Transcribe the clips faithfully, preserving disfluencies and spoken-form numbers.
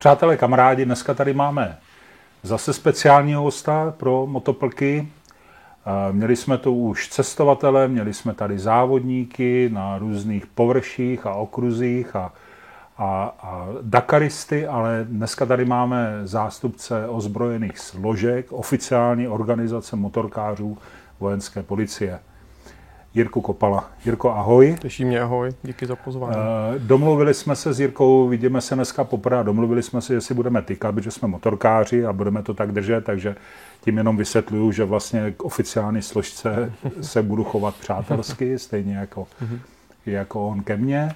Přátelé, kamarádi, dneska tady máme zase speciálního hosta pro motoplky. Měli jsme tu už cestovatele, měli jsme tady závodníky na různých površích a okruzích a, a, a dakaristy, ale dneska tady máme zástupce ozbrojených složek, oficiální organizace motorkářů vojenské policie. Jirku Kopala. Jirko, ahoj. Těší mě, ahoj, díky za pozvání. Domluvili jsme se s Jirkou, vidíme se dneska poprvé, domluvili jsme se, že si budeme tykat, protože jsme motorkáři a budeme to tak držet, takže tím jenom vysvětluju, že vlastně k oficiální složce se budu chovat přátelsky, stejně jako, jako on ke mně.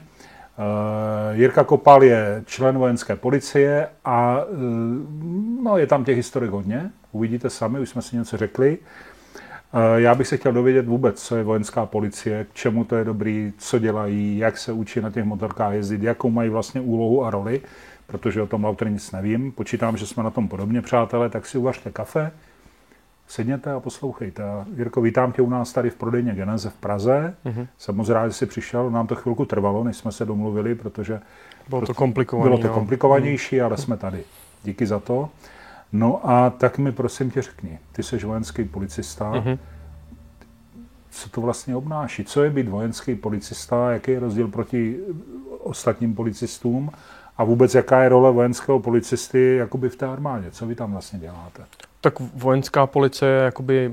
Jirka Kopal je člen vojenské policie a no, je tam těch historik hodně, uvidíte sami, už jsme si něco řekli. Já bych se chtěl dovědět vůbec, co je vojenská policie, k čemu to je dobrý, co dělají, jak se učí na těch motorkách jezdit, jakou mají vlastně úlohu a roli, protože o tom autor nic nevím. Počítám, že jsme na tom podobně, přátelé, tak si uvařte kafe, sedněte a poslouchejte. Jirko, vítám tě u nás tady v prodejně Geneze v Praze. Mm-hmm. Jsem moc rád, že jsi přišel, nám to chvilku trvalo, než jsme se domluvili, protože bylo to komplikované. Bylo to komplikovanější, ale jsme tady. Díky za to. No a tak mi prosím tě řekni, ty jsi vojenský policista, mm-hmm. co to vlastně obnáší? Co je být vojenský policista, jaký je rozdíl proti ostatním policistům a vůbec jaká je role vojenského policisty jakoby v té armádě? Co vy tam vlastně děláte? Tak vojenská policie jakoby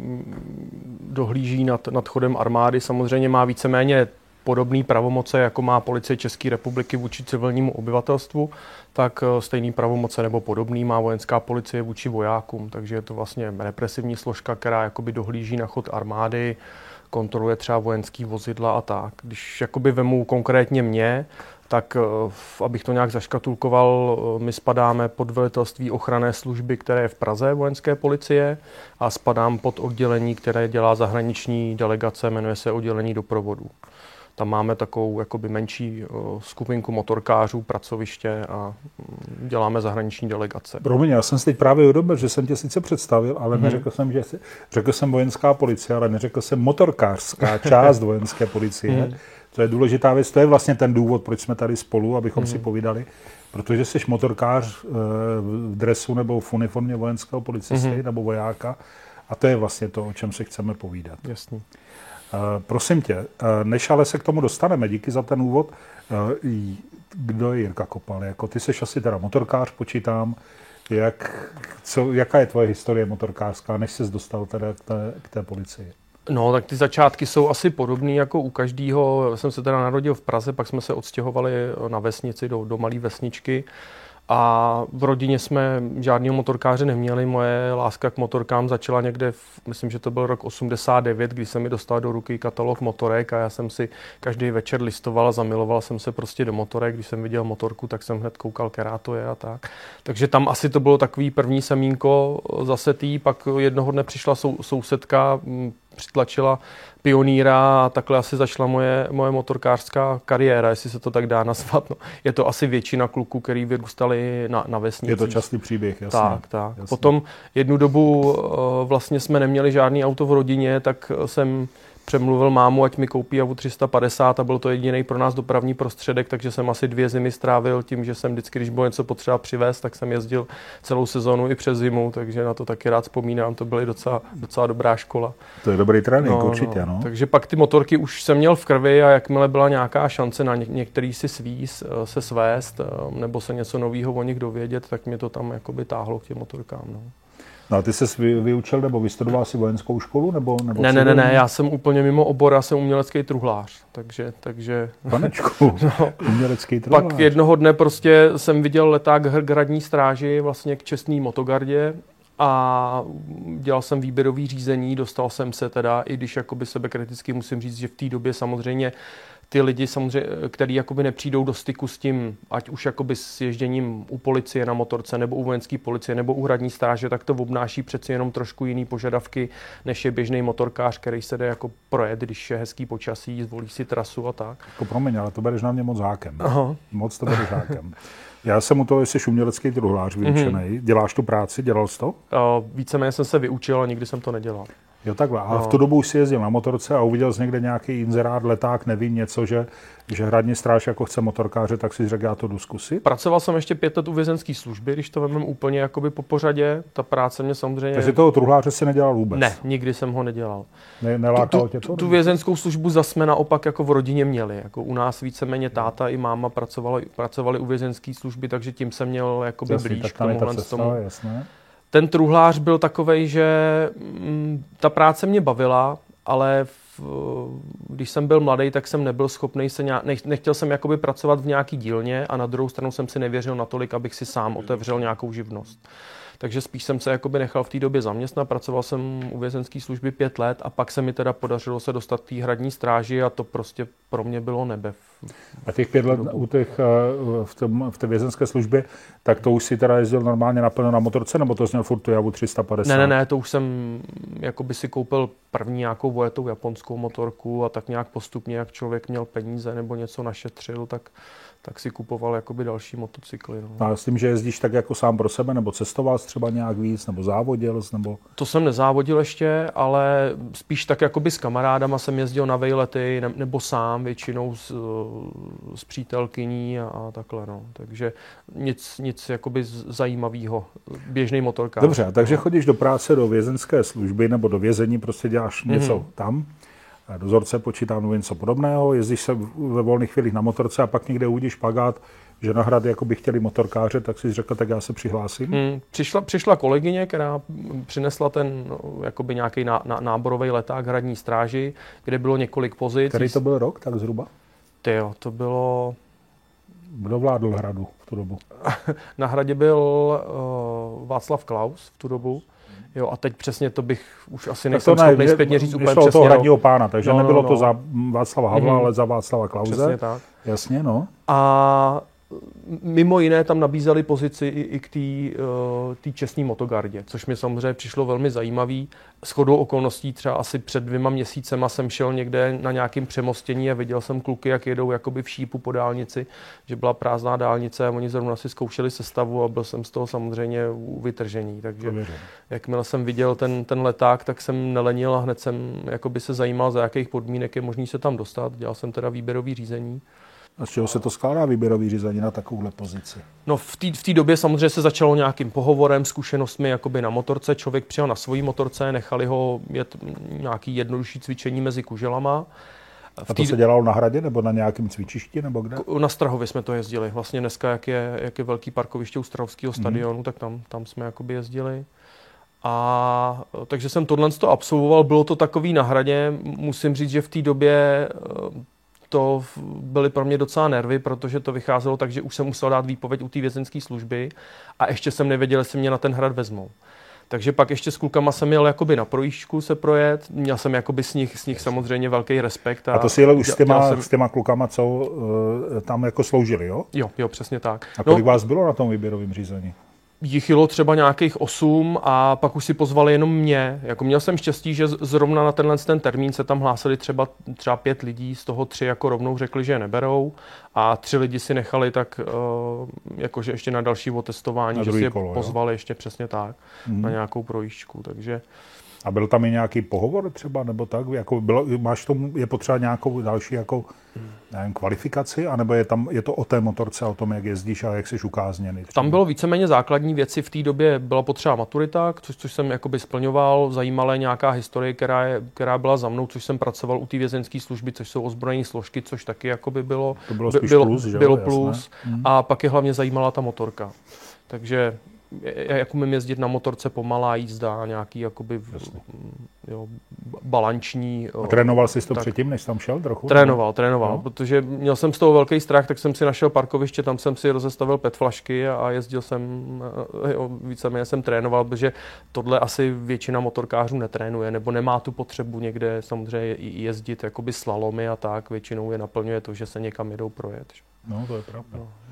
dohlíží nad, nad chodem armády, samozřejmě má víceméně podobné pravomoce, jako má policie České republiky vůči civilnímu obyvatelstvu, tak stejný pravomoce nebo podobný má vojenská policie vůči vojákům. Takže je to vlastně represivní složka, která jakoby dohlíží na chod armády, kontroluje třeba vojenský vozidla a tak. Když jakoby vemu konkrétně mě, tak abych to nějak zaškatulkoval, my spadáme pod velitelství ochranné služby, které je v Praze vojenské policie a spadám pod oddělení, které dělá zahraniční delegace, jmenuje se oddělení doprovodu. Tam máme takovou jakoby menší skupinku motorkářů, pracoviště a děláme zahraniční delegace. Promiň, já jsem si teď právě uvědomil, že jsem tě sice představil, ale hmm. neřekl jsem, že jsi, řekl jsem vojenská policie, ale neřekl jsem motorkářská část vojenské policie. Hmm. To je důležitá věc, to je vlastně ten důvod, proč jsme tady spolu, abychom hmm. si povídali, protože jsi motorkář v dresu nebo v uniformě vojenského policisty hmm. nebo vojáka a to je vlastně to, o čem si chceme povídat. Jasný. Uh, prosím tě, uh, než ale se k tomu dostaneme, díky za ten úvod, uh, kdo je Jirka Kopal? Jako ty jsi asi teda motorkář, počítám, jak, co, jaká je tvoje historie motorkářská, než jsi dostal teda k té, k té policii? No, tak ty začátky jsou asi podobný jako u každého. Já jsem se teda narodil v Praze, pak jsme se odstěhovali na vesnici do, do malé vesničky. A v rodině jsme žádného motorkáře neměli. Moje láska k motorkám začala někde, v, myslím, že to byl rok osmdesát devět, kdy se mi dostal do ruky katalog motorek a já jsem si každý večer listoval a zamiloval jsem se prostě do motorek. Když jsem viděl motorku, tak jsem hned koukal, která to je a tak. Takže tam asi to bylo takový první semínko zasetý, pak jednoho dne přišla sou, sousedka, přitlačila pionýra a takhle asi začala moje, moje motorkářská kariéra, jestli se to tak dá nazvat. No, je to asi většina kluků, který vyrůstali na, na vesnici. Je to častý příběh, jasně. Tak, tak. Jasně. Potom jednu dobu vlastně jsme neměli žádný auto v rodině, tak jsem přemluvil mámu, ať mi koupí Avu tři sta padesát a byl to jediný pro nás dopravní prostředek, takže jsem asi dvě zimy strávil tím, že jsem vždycky, když bylo něco potřeba přivést, tak jsem jezdil celou sezónu i přes zimu, takže na to taky rád vzpomínám, to byla docela, docela dobrá škola. To je dobrý trénink, no, určitě, no. no. Takže pak ty motorky už jsem měl v krvi a jakmile byla nějaká šance na ně, některý si svíz, se svést, nebo se něco nového o nich dovědět, tak mě to tam jakoby táhlo k těm motorkám, no. No a ty jsi vyučil nebo vystudoval si vojenskou školu? Nebo, nebo ne, ne, ne, ne, já jsem úplně mimo obor, já jsem umělecký truhlář, takže... takže Panečku, no, umělecký truhlář. Pak jednoho dne prostě jsem viděl leták k hradní stráži, vlastně k čestný motogardě a dělal jsem výběrový řízení, dostal jsem se teda, i když jakoby sebekriticky musím říct, že v té době samozřejmě ty lidi, samozřejmě, kteří jakoby nepřijdou do styku s tím, ať už jakoby s ježděním u policie na motorce, nebo u vojenské policie, nebo u hradní stráže, tak to obnáší přeci jenom trošku jiný požadavky, než je běžný motorkář, který se jde jako projet, když je hezký počasí, zvolí si trasu a tak. Jako promiň, ale to bereš na mě moc hákem. Aha. Moc to bereš hákem. Já jsem u toho, jsi umělecký truhlář vyučený. Mm-hmm. Děláš tu práci, dělal jsi to? Uh, víceméně jsem se vyučil, ale nikdy jsem to nedělal. Jo, takhle. A no. v tu dobu už si jezdil na motorce a uviděl jsi někde nějaký inzerát, leták, nevím, něco, že, že hradní stráž jako chce motorkáře, tak si řekl, já to jdu zkusit? Pracoval jsem ještě pět let u vězenské služby, když to vezmeme úplně jakoby po pořadě. Ta práce mě samozřejmě... Takže toho truhláře si nedělal vůbec? Ne, nikdy jsem ho nedělal. Ne, nelákalo tu, tě to? Tu, tu vězenskou službu zas jsme naopak jako v rodině měli. Jako u nás víceméně táta i máma pracovali, pracovali u vězenské služby, takže tím jsem měl jakoby Jasný, blíž tak k tam je ta tomuhle cesta, tomu. jasné. Ten truhlář byl takovej, že mm, ta práce mě bavila, ale v, když jsem byl mladý, tak jsem nebyl schopný se nějak, nech, nechtěl jsem jakoby pracovat v nějaký dílně a na druhou stranu jsem si nevěřil natolik, abych si sám otevřel nějakou živnost. Takže spíš jsem se jakoby nechal v té době zaměstnat, pracoval jsem u vězenské služby pět let a pak se mi teda podařilo se dostat té hradní stráži a to prostě pro mě bylo nebe. A těch pět let u těch, v, tom, v té vězenské službě, tak to už si teda jezdil normálně naplno na motorce, nebo to měl furt tu Javu tři sta padesát? Ne, ne, ne, to už jsem jakoby si koupil první nějakou vojetou japonskou motorku a tak nějak postupně, jak člověk měl peníze nebo něco našetřil, tak, tak si kupoval jakoby další motocykly. No. A s tím, že jezdíš tak jako sám pro sebe, nebo cestoval jsi třeba nějak víc, nebo závodil jsi, nebo... To jsem nezávodil ještě, ale spíš tak jakoby s kamarádama jsem jezdil na vejlety, ne, nebo sám většinou s, s přítelkyní a, a takhle, no. Takže nic, nic jakoby zajímavého, běžný motorkář. Dobře, takže chodíš do práce, do vězenské služby, nebo do vězení, prostě děláš něco mm-hmm. tam, dozorce počítám nebo něco podobného, jezdíš se ve volných chvílích na motorce a pak někde uvidíš špagát, že na Hrad jako by chtěli motorkáře, tak si řekl, tak já se přihlásím. Hmm, přišla, přišla kolegyně, která přinesla ten no, jakoby nějaký ná, ná, náborový leták hradní stráži, kde bylo několik pozic. Který to byl rok, tak zhruba? Tyjo, to bylo... Kdo vládl Hradu v tu dobu? Na Hradě byl uh, Václav Klaus v tu dobu. Jo, a teď přesně to bych už asi nejsem schopný zpětně říct úplně přesně. Toho hradního pána, takže no, nebylo no, to no. za Václava Havla, mm-hmm. ale za Václava Klause. Přesně tak. Jasně, no. A mimo jiné tam nabízeli pozici i, i k té čestné motogardě, což mi samozřejmě přišlo velmi zajímavý. Shodou okolností třeba asi před dvěma měsícema jsem šel někde na nějakém přemostění a viděl jsem kluky, jak jedou jakoby v šípu po dálnici, že byla prázdná dálnice a oni zrovna si zkoušeli sestavu a byl jsem z toho samozřejmě vytržený. Takže jakmile jsem viděl ten, ten leták, tak jsem nelenil a hned jsem jakoby se zajímal, za jakých podmínek je možný se tam dostat. Dělal jsem teda výběrový řízení. A z čeho se to skládá výběrový řízení na takovouhle pozici? No v té v té době samozřejmě se začalo nějakým pohovorem, zkušenostmi jakoby na motorce. Člověk přijel na svojí motorce, nechali ho jet nějaký jednodušší cvičení mezi kuželama. V a to se dělalo na Hradě nebo na nějakém cvičišti nebo kde? Na Strahově jsme to jezdili. Vlastně dneska, jak je, jak je velký parkoviště u Strahovského stadionu, mm. tak tam, tam jsme jakoby jezdili. A takže jsem tohle absolvoval, bylo to takový na Hradě. Musím říct, že v té době to byly pro mě docela nervy, protože to vycházelo tak, že už jsem musel dát výpověď u té vězenské služby a ještě jsem nevěděl, jestli mě na ten Hrad vezmou. Takže pak ještě s klukama jsem jel jakoby na projížďku se projet, měl jsem jakoby s nich, s nich samozřejmě velký respekt. A, a to si jel už s těma, jsem... s těma klukama, co uh, tam jako sloužili, jo? Jo, jo, přesně tak. A kolik no, vás bylo na tom výběrovém řízení? Jich bylo třeba nějakých osm a pak už si pozvali jenom mě. Jako měl jsem štěstí, že zrovna na tenhle ten termín se tam hlásili třeba, třeba pět lidí, z toho tři jako rovnou řekli, že je neberou a tři lidi si nechali tak uh, jakože ještě na další otestování, na že si je kolo, pozvali jo? ještě přesně tak mm. na nějakou projížďku, takže... A byl tam i nějaký pohovor třeba, nebo tak? Jako bylo, máš tomu, je potřeba nějakou další jako, nevím, kvalifikaci, anebo je, tam, je to o té motorce, o tom, jak jezdíš a jak jsi ukázněný? Třeba? Tam bylo víceméně základní věci. V té době byla potřeba maturita, což, což jsem jakoby splňoval. Zajímala nějaká historie, která, je, která byla za mnou, což jsem pracoval u té vězenské služby, což jsou ozbrojené složky, což taky jakoby bylo, to bylo, spíš bylo plus, že? Bylo plus. A pak je hlavně zajímala ta motorka. Takže jak umím jezdit na motorce, pomalá jízda, nějaký jakoby jo, balanční. A trénoval jsi to tak, předtím, než tam šel trochu? Trénoval, trénoval, no. Protože měl jsem z toho velký strach, tak jsem si našel parkoviště, tam jsem si rozestavil pet flašky a jezdil jsem, jo, víceméně jsem trénoval, protože tohle asi většina motorkářů netrénuje, nebo nemá tu potřebu někde samozřejmě jezdit jakoby slalomy a tak, většinou je naplňuje to, že se někam jedou projet. No, to je pravda. No.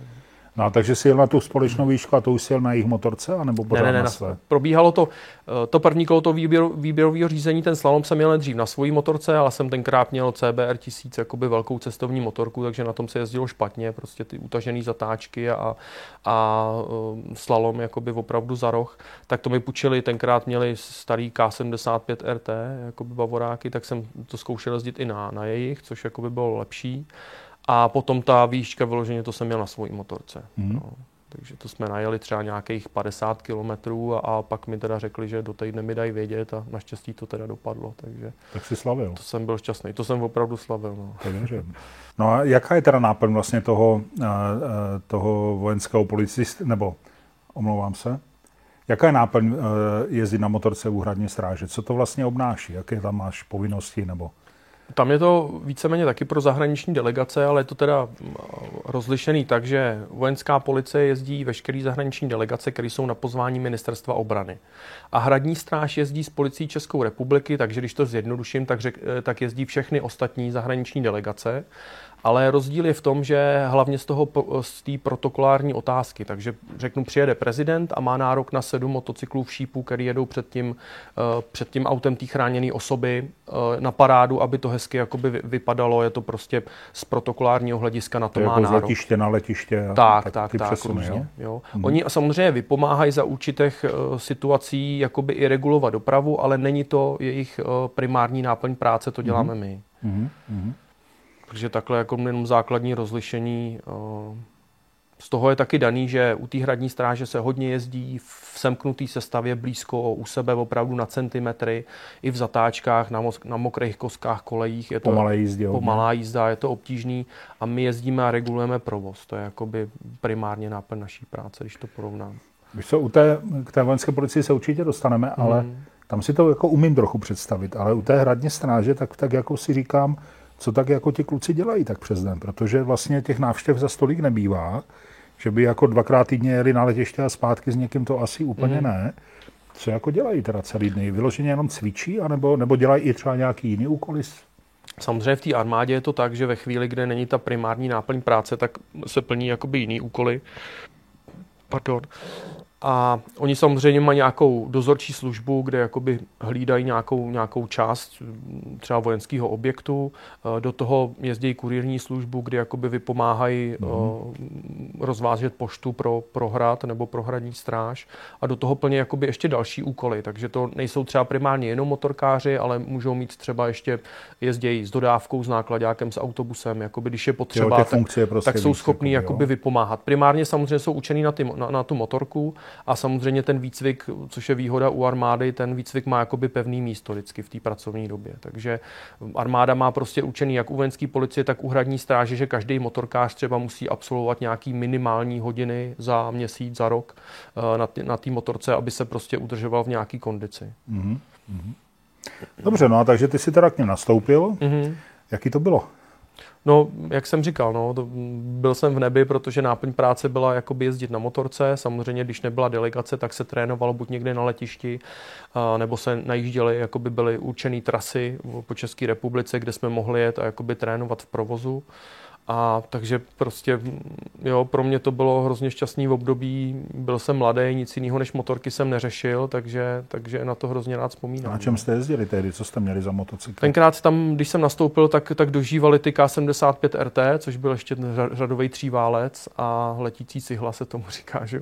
No a takže si jel na tu společnou výšku a to už si jel na jejich motorce, anebo pořád ne, ne, ne, na své? Probíhalo to, to první kolo toho výběro, výběrového řízení, ten slalom jsem měl dřív na svojí motorce, ale jsem tenkrát měl C B R tisíc, jakoby velkou cestovní motorku, takže na tom se jezdilo špatně, prostě ty utažené zatáčky a, a slalom jakoby opravdu za roh. Tak to mi půjčili, tenkrát měli starý K sedmdesát pět R T, jakoby bavoráky, tak jsem to zkoušel jezdit i na, na jejich, což jakoby bylo lepší. A potom ta výška vyloženě, to jsem měl na svojí motorce. Mm. No. Takže to jsme najeli třeba nějakých padesát kilometrů a, a pak mi teda řekli, že do týdne mi dají vědět a naštěstí to teda dopadlo. Takže tak jsi slavil. To jsem byl šťastný, to jsem opravdu slavil. No. No a jaká je teda náplň vlastně toho, toho vojenského policisty, nebo omlouvám se, jaká je náplň jezdit na motorce úhradní stráže? Co to vlastně obnáší? Jaké tam máš povinnosti nebo... Tam je to víceméně taky pro zahraniční delegace, ale je to teda rozlišený tak, že vojenská policie jezdí veškerý zahraniční delegace, které jsou na pozvání ministerstva obrany. A hradní stráž jezdí s policií České republiky, takže když to zjednoduším, tak, řek, tak jezdí všechny ostatní zahraniční delegace. Ale rozdíl je v tom, že hlavně z toho z té protokolární otázky, takže řeknu, přijede prezident a má nárok na sedm motocyklů v šípu, který jedou před tím, před tím autem té chráněné osoby na parádu, aby to hezky jakoby vypadalo, je to prostě z protokolárního hlediska na to, to má jako nárok. Z letiště na letiště. Tak, tak, tak, tak, přesuny, různě. Jo? Jo. Hmm. Oni samozřejmě vypomáhají za určitých situací jakoby i regulovat dopravu, ale není to jejich primární náplň práce, to děláme hmm. my. Hmm. Hmm. Takže takhle jako jenom základní rozlišení. Z toho je taky daný, že u té hradní stráže se hodně jezdí v semknutý sestavě blízko u sebe opravdu na centimetry, i v zatáčkách, na, mos- na mokrých koskách, kolejích. Je to pomalá jízda, pomalá jízda, je to obtížný a my jezdíme a regulujeme provoz. To je jakoby primárně náplň naší práce, když to porovnám. Víš co, u té, k té vojenské policii se určitě dostaneme, hmm. ale tam si to jako umím trochu představit, ale u té hradní stráže, tak, tak jako si říkám, co tak jako ti kluci dělají tak přes den, protože vlastně těch návštěv za stolik nebývá, že by jako dvakrát týdně jeli na letiště a zpátky s někým, to asi úplně mm. ne. Co jako dělají teda celý dny? Vyloženě jenom cvičí, anebo, nebo dělají i třeba nějaký jiný úkoly? Samozřejmě v té armádě je to tak, že ve chvíli, kde není ta primární náplň práce, tak se plní jakoby jiný úkoly. Pardon. A oni samozřejmě mají nějakou dozorčí službu, kde jakoby hlídají nějakou, nějakou část třeba vojenského objektu. Do toho jezdí kurýrní službu, kde jakoby vypomáhají mm. rozvážet poštu pro, pro hrad nebo pro hradní stráž. A do toho plně jakoby ještě další úkoly. Takže to nejsou třeba primárně jenom motorkáři, ale můžou mít třeba ještě jezdějí s dodávkou, s nákladákem, s autobusem. Jakoby, když je potřeba, jo, tak, prostě tak jsou schopní jakoby vypomáhat. Primárně samozřejmě jsou učení na, ty, na, na tu motorku. A samozřejmě ten výcvik, což je výhoda u armády, ten výcvik má jakoby pevný místo vždycky v té pracovní době. Takže armáda má prostě učený jak u vojenské policie, tak u hradní stráže, že každý motorkář třeba musí absolvovat nějaký minimální hodiny za měsíc, za rok na té motorce, aby se prostě udržoval v nějaký kondici. Mm-hmm. Dobře, no a takže ty si teda k něm nastoupil. Mm-hmm. Jaký to bylo? No, jak jsem říkal, no, to, byl jsem v nebi, protože náplň práce byla jakoby jezdit na motorce. Samozřejmě, když nebyla delegace, tak se trénovalo buď někde na letišti, a, nebo se najížděly, jakoby byly určené trasy po České republice, kde jsme mohli jet a jakoby trénovat v provozu. A takže prostě, jo, pro mě to bylo hrozně šťastný období. Byl jsem mladý, nic jiného než motorky jsem neřešil, takže, takže na to hrozně rád vzpomínám. A na čem jste jezdili tehdy? Co jste měli za motocykl? Tenkrát tam, když jsem nastoupil, tak, tak dožívali ty K sedmdesát pět R T, což byl ještě řadový tříválec a letící cihla se tomu říká, že?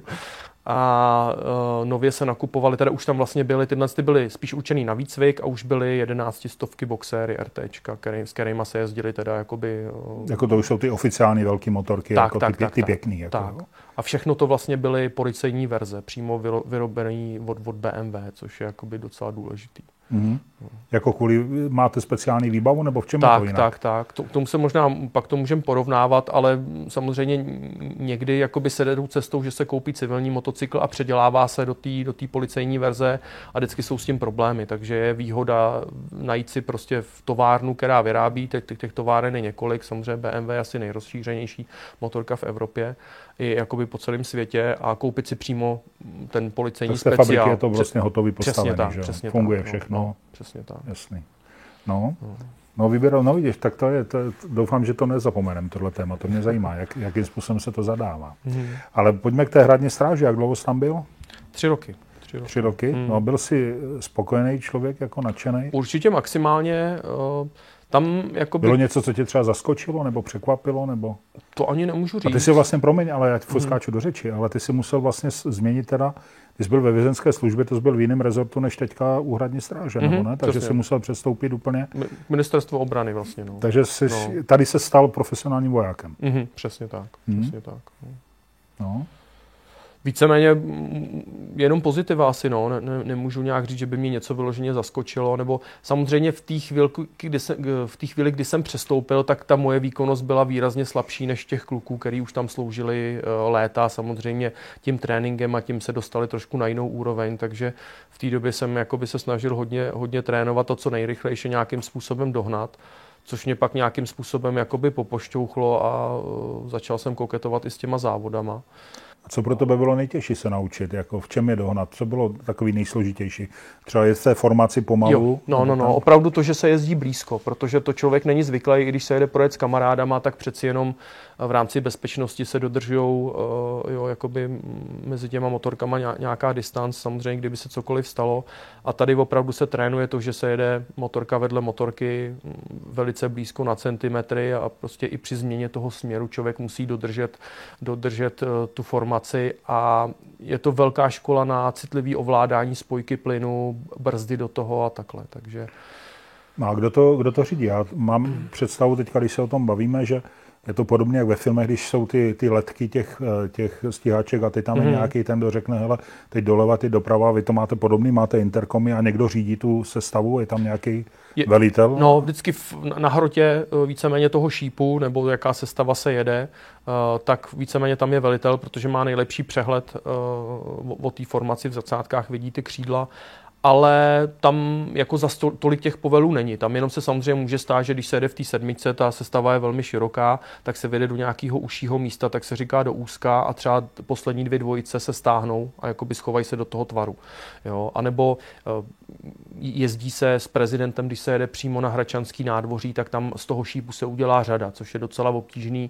A uh, nově se nakupovali, teda už tam vlastně byly, tyhle ty byly spíš určený na výcvik a už byly jedenáctistovky boxéry RTčka, který, s kterýma se jezdili teda jakoby... Uh, jako to už jsou ty oficiální velké motorky, tak, jako tak, ty, tak, ty tak, pěkný. Jako, tak. A všechno to vlastně byly policejní verze, přímo vyro, vyrobený od, od B M W, což je jakoby docela důležitý. Mm-hmm. No. Jako kvůli, máte speciální výbavu, nebo v čem tak, je to jinak? Tak, tak, tak. Tomu se možná, pak to můžeme porovnávat, ale samozřejmě někdy jakoby se jdou cestou, že se koupí civilní motocykl a předělává se do té do té policejní verze a vždycky jsou s tím problémy, takže je výhoda najít si prostě v továrnu, která vyrábí, těch, těch továren je několik, samozřejmě B M W je asi nejrozšířenější motorka v Evropě, i jakoby po celém světě a koupit si přímo ten policejní speciál. Z té fabriky je to vlastně hotový postavený, tak, že přesně funguje tak, všechno. No, přesně tak. Jasný. No, no vybíral, no vidíš, tak to je, to, doufám, že to nezapomenem, tohle téma, to mě zajímá, jak, jakým způsobem se to zadává. Hmm. Ale pojďme k té hradní stráži, jak dlouho jsi tam byl? Tři roky. Tři roky. Tři roky? Hmm. No, byl jsi spokojený člověk, jako nadšenej? Určitě maximálně. Uh, tam jakoby... Bylo něco, co tě třeba zaskočilo, nebo překvapilo, nebo? To ani nemůžu říct. A ty si vlastně, promiň, ale já ti skáču do řeči, ale ty si musel vlastně změnit teda, ty jsi byl ve vězeňské službě, to jsi byl v jiném rezortu než teďka u hradní stráže, mm-hmm, nebo ne? Takže jsi musel přestoupit úplně. Ministerstvo obrany vlastně, no. Takže jsi, no. Tady se stal profesionálním vojákem. Mm-hmm, přesně tak, mm-hmm. přesně tak. No. No. Víceméně jenom pozitiva asi, no. Ne, ne, nemůžu nějak říct, že by mě něco vyloženě zaskočilo, nebo samozřejmě v té chvíli, kdy jsem, v té chvíli, kdy jsem přestoupil, tak ta moje výkonnost byla výrazně slabší než těch kluků, který už tam sloužili léta. Samozřejmě tím tréninkem a tím se dostali trošku na jinou úroveň, takže v té době jsem jakoby se snažil hodně, hodně trénovat to, co nejrychlejší nějakým způsobem dohnat, což mě pak nějakým způsobem jakoby popošťouchlo a začal jsem koketovat i s těma závodama. A co pro tebe bylo nejtěžší se naučit? Jako v čem je dohnat? Co bylo takový nejsložitější? Třeba je v té formaci pomalu? Jo, no, no, no. Opravdu to, že se jezdí blízko, protože to člověk není zvyklý, i když se jede projet s kamarádama, tak přeci jenom v rámci bezpečnosti se dodržujou uh, jo, jakoby mezi těma motorkama nějaká distanc, samozřejmě, kdyby se cokoliv stalo. A tady opravdu se trénuje to, že se jede motorka vedle motorky velice blízko na centimetry a prostě i při změně toho směru člověk musí dodržet, dodržet uh, tu formaci a je to velká škola na citlivý ovládání spojky plynu, brzdy do toho a takhle, takže... No a kdo to, kdo to řídí? Já mám hmm. představu teďka, když se o tom bavíme, že je to podobně jak ve filmech, když jsou ty, ty letky těch, těch stíhaček a teď tam hmm. je nějaký ten, kdo řekne, hele, teď doleva, teď doprava, vy to máte podobný, máte interkomy a někdo řídí tu sestavu, je tam nějaký je, velitel? No, vždycky v, na hrotě víceméně toho šípu, nebo jaká sestava se jede, uh, tak víceméně tam je velitel, protože má nejlepší přehled uh, o, o té formaci, v zrcátkách vidí ty křídla, ale tam jako za sto, tolik těch povelů není. Tam jenom se samozřejmě může stát, že když se jede v té sedmičce, ta sestava je velmi široká, tak se vede do nějakého užšího místa, tak se říká do úzka a třeba poslední dvě dvojice se stáhnou a jakoby schovají se do toho tvaru. Jo? A nebo jezdí se s prezidentem, když se jede přímo na Hradčanský nádvoří, tak tam z toho šípu se udělá řada, což je docela obtížný.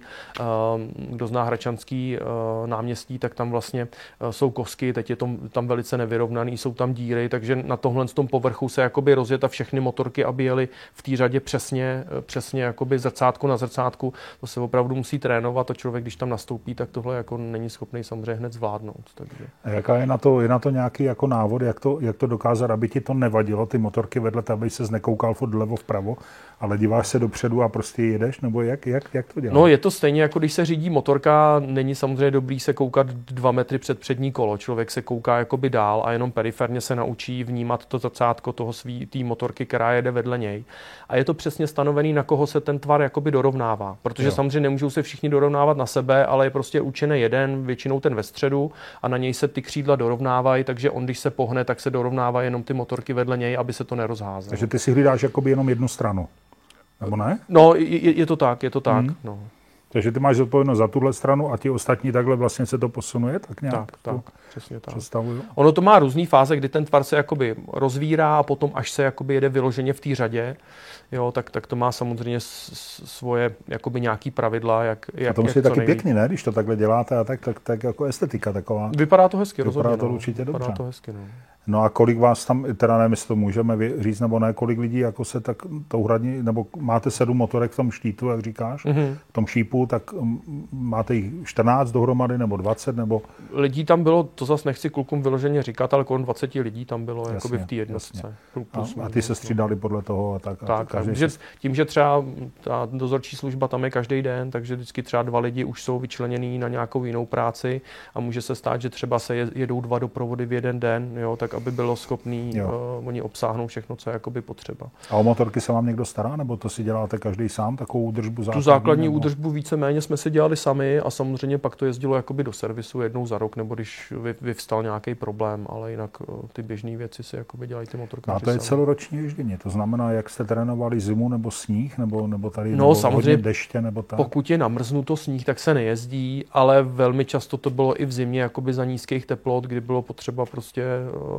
Kdo zná Hradčanský náměstí, tak tam vlastně jsou kosky, teď je to tam velice nevyrovnaný, jsou tam díry, takže na tohle tom povrchu se jakoby rozjet a všechny motorky, aby jeli v té řadě přesně, přesně jakoby zrcátko na zrcátku. To se opravdu musí trénovat a člověk, když tam nastoupí, tak tohle jako není schopný samozřejmě hned zvládnout. Takže. A jaká je na to, je na to nějaký jako návod, jak to, jak to dokázat, aby ti to nevadilo, ty motorky vedle tebe, aby ses nekoukal furt vlevo vpravo, ale díváš se dopředu a prostě jedeš, nebo jak, jak, jak to děláš? No je to stejně, jako když se řídí motorka, není samozřejmě dobrý se koukat dva metry před přední kolo. Člověk se kouká jakoby dál a jenom periferně se naučí vnímat to zrcátko toho svý té motorky, která jede vedle něj. A je to přesně stanovený, na koho se ten tvar jakoby dorovnává. Protože jo. samozřejmě nemůžou se všichni dorovnávat na sebe, ale je prostě určený jeden, většinou ten ve středu a na něj se ty křídla dorovnávají, takže on, když se pohne, tak se dorovnávají jenom ty motorky vedle něj, aby se to nerozházelo. Takže ty si hlídáš jakoby jenom jednu stranu. Nebo ne? No, je, je to tak, je to tak. Hmm. No. Takže ty máš zodpovědnost za tuhle stranu a ti ostatní takhle vlastně se to posunuje? Tak nějak tak, tak, přesně tak. Představuju. Ono to má různý fáze, kdy ten tvar se jakoby rozvírá a potom až se jakoby jede vyloženě v té řadě, jo, tak, tak to má samozřejmě svoje jakoby nějaký pravidla, jak, jak a to musí taky pěkný, ne? Když to takhle děláte a tak, tak, tak jako estetika taková. Vypadá to hezky, rozhodně. Vypadá to no. určitě Vypadá dobře. to hezky, no. No a kolik vás tam, teda nevím, jestli to můžeme říct nebo ne, kolik lidí jako se tak tou hradní, nebo máte sedm motorek v tom štítu, jak říkáš, mm-hmm. v tom šípu, tak máte jich čtrnáct dohromady, nebo dvacet, nebo... Lidí tam bylo, to zase nechci klukům vyloženě říkat, ale kolem dvacet lidí tam bylo, jasně, jakoby v té jednotce. A, a ty se střídali podle toho a tak. Tak, a že, tím, že třeba ta dozorčí služba tam je každý den, takže vždycky třeba dva lidi už jsou vyčleněný na nějakou jinou práci a může se stát, že třeba se jedou dva doprovody v jeden den, jo, tak aby bylo schopný uh, oni obsáhnout všechno, co je jakoby potřeba. A o motorky se vám někdo stará, nebo to si děláte každý sám, takovou údržbu základní? Tu základní nebo... údržbu víceméně jsme si dělali sami a samozřejmě pak to jezdilo jakoby do servisu jednou za rok, nebo když vy, vyvstal nějaký problém, ale jinak uh, ty běžné věci si jakoby dělají ty motorkáři. A to je sami. Celoroční ježdění, to znamená, jak jste trénovali zimu nebo sníh, nebo, nebo tady no, nebo samozřejmě, deště, nebo tak? Pokud je namrznuto sníh, tak se nejezdí, ale velmi často to bylo i v zimě jakoby za nízkých teplot, kdy bylo potřeba prostě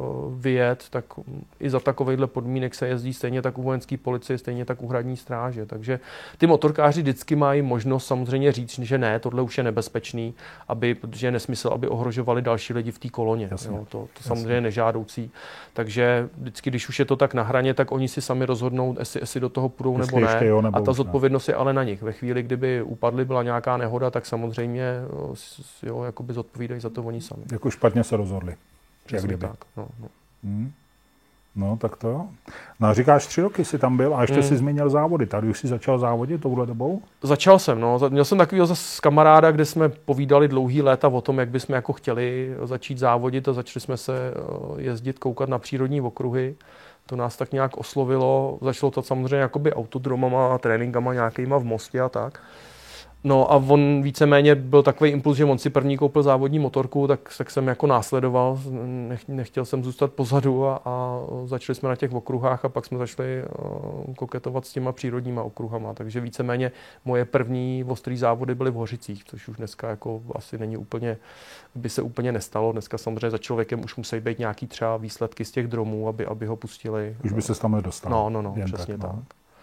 vyjet, tak i za takovýchhle podmínek se jezdí stejně tak u vojenské policie, stejně tak u hradní stráže. Takže ty motorkáři vždycky mají možnost samozřejmě říct, že ne, tohle už je nebezpečný, aby, protože je nesmysl, aby ohrožovali další lidi v té koloně. Jo, to, to samozřejmě je nežádoucí. Takže vždycky, když už je to tak na hraně, tak oni si sami rozhodnou, jestli, jestli do toho půjdou nebo ne. Jo, nebo a ta zodpovědnost je ale na nich. Ve chvíli, kdyby upadli, byla nějaká nehoda, tak samozřejmě jo, jakoby zodpovídají za to oni sami. Jako špatně se rozhodli. Přesně tak. No, no. Hmm. No, tak to jo. No a říkáš, tři roky jsi tam byl a ještě hmm. jsi zmínil závody. Tady už jsi začal závodit touhle dobou? Začal jsem, no. Měl jsem takovýho zase kamaráda, kde jsme povídali dlouhý léta o tom, jak bychom jako chtěli začít závodit a začali jsme se jezdit, koukat na přírodní okruhy. To nás tak nějak oslovilo. Začalo to samozřejmě jakoby autodromama a tréninkama nějakýma v Mostě a tak. No a on víceméně byl takový impuls, že on si první koupil závodní motorku, tak, tak jsem jako následoval, Nech, nechtěl jsem zůstat pozadu a, a začali jsme na těch okruhách a pak jsme začali uh, koketovat s těma přírodníma okruhama, takže víceméně moje první ostrý závody byly v Hořicích, což už dneska jako asi není úplně, by se úplně nestalo, dneska samozřejmě za člověkem už musí být nějaký třeba výsledky z těch dromů, aby, aby ho pustili. Už by se tam nedostal. No, no, no, přesně tak. tak.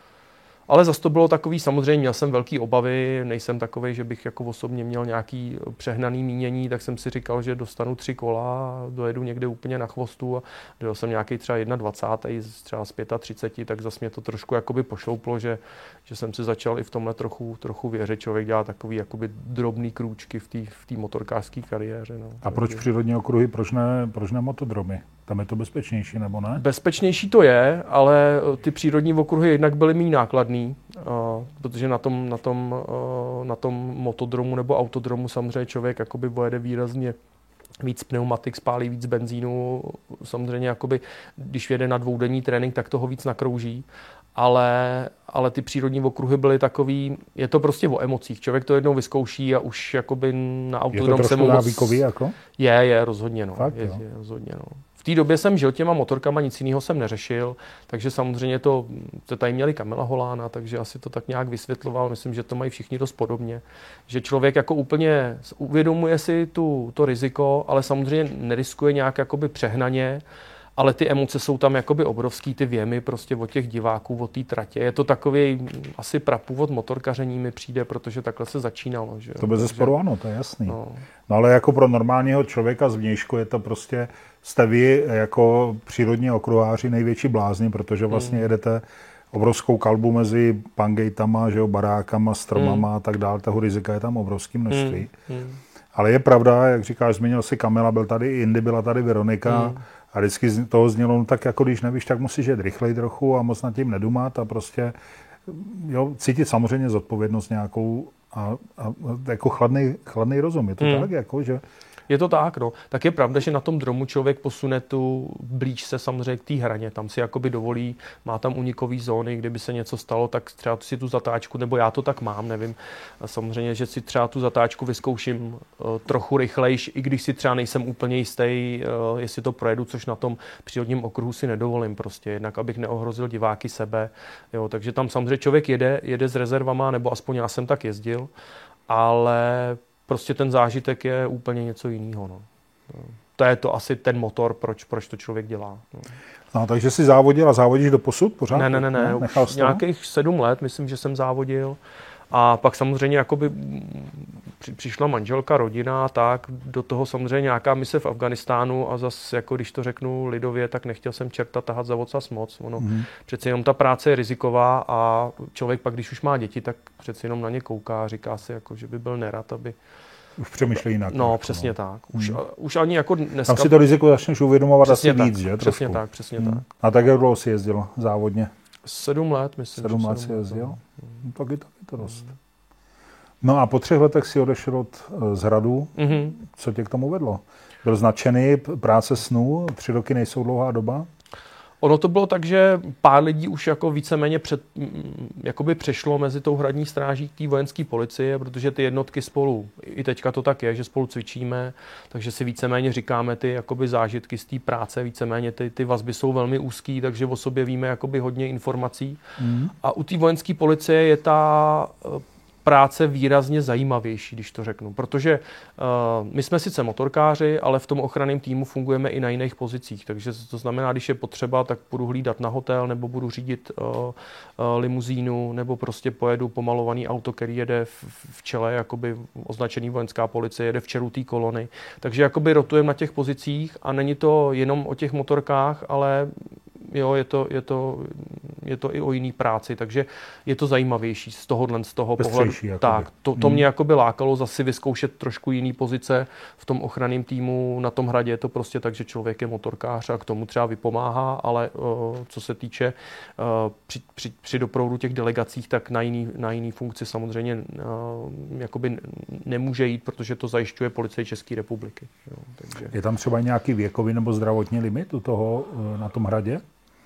Ale zase to bylo takový, samozřejmě měl jsem velký obavy, nejsem takovej, že bych jako osobně měl nějaký přehnaný mínění, tak jsem si říkal, že dostanu tři kola, dojedu někde úplně na chvostu a dojel jsem nějaký třeba dvacátý jedna, třeba z třicet pět, tak zase mě to trošku jakoby pošlouplo, že, že jsem si začal i v tomhle trochu, trochu věřit, člověk dělá takový jakoby drobný krůčky v té v té motorkářské kariéře. No. A proč přírodní okruhy, proč ne, proč ne motodromy? Tam je to bezpečnější, nebo ne? Bezpečnější to je, ale ty přírodní okruhy jednak byly méně nákladný, protože na tom, na, tom, na tom motodromu nebo autodromu samozřejmě člověk jakoby pojede výrazně víc pneumatik, spálí víc benzínu, samozřejmě jakoby, když jede na dvoudenní trénink, tak toho víc nakrouží. Ale, ale ty přírodní okruhy byly takový, je to prostě o emocích. Člověk to jednou vyzkouší a už jakoby na autodrom se mu moc... Je to trošku návykový jako? Je, je, rozhodně no. Fakt, je, je, rozhodně no. V té době jsem žil těma motorkama, nic jiného jsem neřešil, takže samozřejmě to, to tady měli Kamila Holána, takže asi to tak nějak vysvětloval, myslím, že to mají všichni dost podobně. Že člověk jako úplně uvědomuje si tu, to riziko, ale samozřejmě neriskuje nějak jakoby přehnaně, ale ty emoce jsou tam jakoby obrovský, ty věmy prostě od těch diváků, od té tratě. Je to takový asi prapůvod motorkaření mi přijde, protože takhle se začínalo. Že? To bezesporu ano, to je jasný. No. no ale jako pro normálního člověka zvnějšku je to prostě, jste vy jako přírodní okruháři největší blázni, protože vlastně hmm. jedete obrovskou kalbu mezi pangejtama, že jo, barákama, stromama hmm. a tak dále. Toho rizika je tam obrovský množství. Hmm. Hmm. Ale je pravda, jak říkáš, zmínil si Kamila, byl tady i Indy, byla tady Veronika, hmm. a vždycky z toho znělo, no tak jako když nevíš, tak musíš jet rychleji trochu a moc nad tím nedumat a prostě jo, cítit samozřejmě zodpovědnost nějakou a, a jako chladný, chladný rozum. Je to hmm. tak, jako, že... Je to tak, no. Tak je pravda, že na tom dromu člověk posune tu blíž se samozřejmě k té hraně. Tam si jakoby dovolí, má tam unikový zóny, kdyby se něco stalo, tak třeba si tu zatáčku, nebo já to tak mám, nevím. A samozřejmě, že si třeba tu zatáčku vyzkouším uh, trochu rychlejš, i když si třeba nejsem úplně jistý, uh, jestli to projedu, což na tom přírodním okruhu si nedovolím prostě, jednak abych neohrozil diváky sebe. Jo, takže tam samozřejmě člověk jede, jede s rezervama, nebo aspoň já jsem tak jezdil, ale prostě ten zážitek je úplně něco jiného. No. To je to asi ten motor, proč, proč to člověk dělá. No. No, takže jsi závodil a závodíš do posud pořád? Ne, ne, ne, ne. Už nějakých sedm let, myslím, že jsem závodil. A pak samozřejmě jakoby přišla manželka, rodina, tak do toho samozřejmě nějaká mise v Afghánistánu a zase, jako když to řeknu lidově, tak nechtěl jsem čerta tahat za ocas moc. Ono, mm-hmm. přeci jenom ta práce je riziková a člověk pak, když už má děti, tak přeci jenom na ně kouká a říká si, jako, že by byl nerad, aby... Už přemýšlí jinak. No, jako, přesně no. tak. Už, hmm. už ani jako dneska... Tam si to riziko začneš uvědomovat přesně asi tak, víc, že? Přesně trošku. tak, přesně hmm. tak. A tak jak dlouho jsi jezdil závodně? Sedm let, myslím. Sedm let si jezdil? Hmm. No, tak je to, je to dost. Hmm. No a po třech letech si odešel od z Hradu. Mm-hmm. Co tě k tomu vedlo? Byl značený, práce snů, tři roky nejsou dlouhá doba? Ono to bylo tak, že pár lidí už jako víceméně před, jakoby přešlo mezi tou hradní stráží k té vojenské policie, protože ty jednotky spolu, i teďka to tak je, že spolu cvičíme, takže si víceméně říkáme ty jakoby zážitky z té práce, víceméně ty, ty vazby jsou velmi úzký, takže o sobě víme jakoby hodně informací. Mm. A u té vojenské policie je ta práce výrazně zajímavější, když to řeknu. Protože uh, my jsme sice motorkáři, ale v tom ochranném týmu fungujeme i na jiných pozicích. Takže to znamená, když je potřeba, tak budu hlídat na hotel, nebo budu řídit uh, uh, limuzínu, nebo prostě pojedu pomalovaný auto, který jede v, v čele, jakoby označený vojenská policie, jede v čelu té kolony. Takže jakoby rotujeme na těch pozicích a není to jenom o těch motorkách, ale jo, je to, je to, je to i o jiný práci, takže je to zajímavější z tohohle, z toho pohledu. Tak, to, to mě jakoby lákalo zase vyzkoušet trošku jiný pozice v tom ochranném týmu. Na tom Hradě je to prostě tak, že člověk je motorkář a k tomu třeba vypomáhá, ale uh, co se týče uh, při, při, při doprovodu těch delegacích, tak na jiný, na jiný funkci samozřejmě uh, jakoby nemůže jít, protože to zajišťuje Policie České republiky. Jo, takže. Je tam třeba nějaký věkový nebo zdravotní limit u toho uh, na tom Hradě?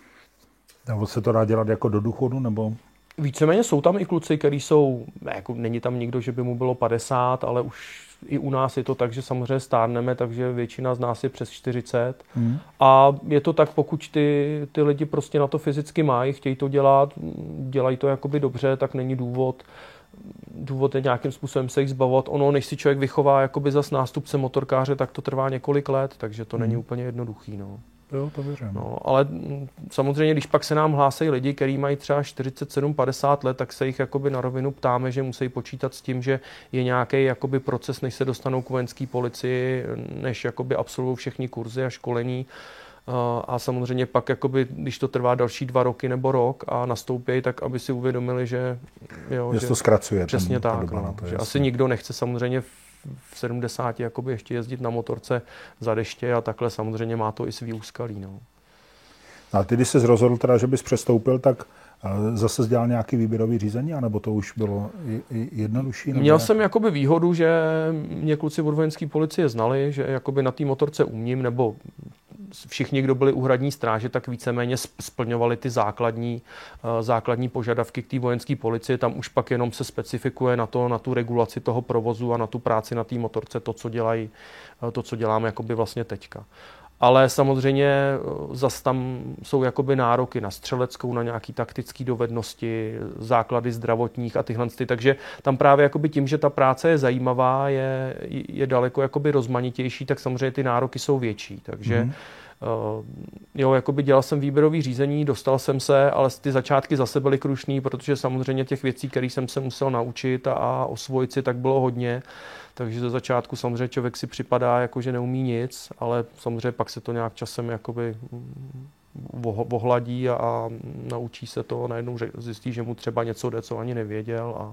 Nebo se to dá dělat jako do důchodu, nebo? Víceméně jsou tam i kluci, kteří jsou, jako není tam nikdo, že by mu bylo padesát, ale už i u nás je to tak, že samozřejmě stárneme, takže většina z nás je přes čtyřicet. Hmm. A je to tak, pokud ty, ty lidi prostě na to fyzicky mají, chtějí to dělat, dělají to jakoby dobře, tak není důvod, důvod je nějakým způsobem se jich zbavovat. Ono, než si člověk vychová jakoby zas nástupce motorkáře, tak to trvá několik let, takže to hmm. není úplně jednoduchý. No. Jo, to věřím. No, ale samozřejmě, když pak se nám hlásí lidi, kteří mají třeba čtyřicet sedm padesát let, tak se jich jakoby na rovinu ptáme, že musí počítat s tím, že je nějaký jakoby proces, než se dostanou k vojenské policii, než jakoby absolvují všechny kurzy a školení. A samozřejmě pak, jakoby, když to trvá další dva roky nebo rok a nastoupí, tak aby si uvědomili, že... Jo, že, že to zkracuje. Přesně ten, tak. doba, No, to že asi nikdo nechce samozřejmě v sedmdesáti jakoby ještě jezdit na motorce za deště a takhle samozřejmě má to i svý úskalí. No. A ty, když jsi rozhodl teda, že bys přestoupil, tak zase dělal nějaký výběrový řízení, anebo to už bylo jednodušší? Měl nějak? jsem jakoby výhodu, že mě kluci od vojenské policie znali, že jakoby na té motorce umím, nebo všichni, kdo byli u hradní stráže, tak víceméně splňovali ty základní, základní požadavky k té vojenské policie. Tam už pak jenom se specifikuje na to, na tu regulaci toho provozu a na tu práci na té motorce, to, co dělají, to, co děláme jakoby vlastně teďka. Ale samozřejmě zas tam jsou jakoby nároky na střeleckou, na nějaký taktické dovednosti, základy zdravotních a tyhle. Takže tam právě jakoby tím, že ta práce je zajímavá, je, je daleko jakoby rozmanitější, tak samozřejmě ty nároky jsou větší. Takže mm. Uh, jo, jakoby dělal jsem výběrový řízení, dostal jsem se, ale ty začátky zase byly krušný, protože samozřejmě těch věcí, které jsem se musel naučit a, a osvojit si, tak bylo hodně. Takže ze začátku samozřejmě člověk si připadá, jako že neumí nic, ale samozřejmě pak se to nějak časem jakoby ohladí a, a naučí se to, najednou zjistí, že mu třeba něco jde, co ani nevěděl a,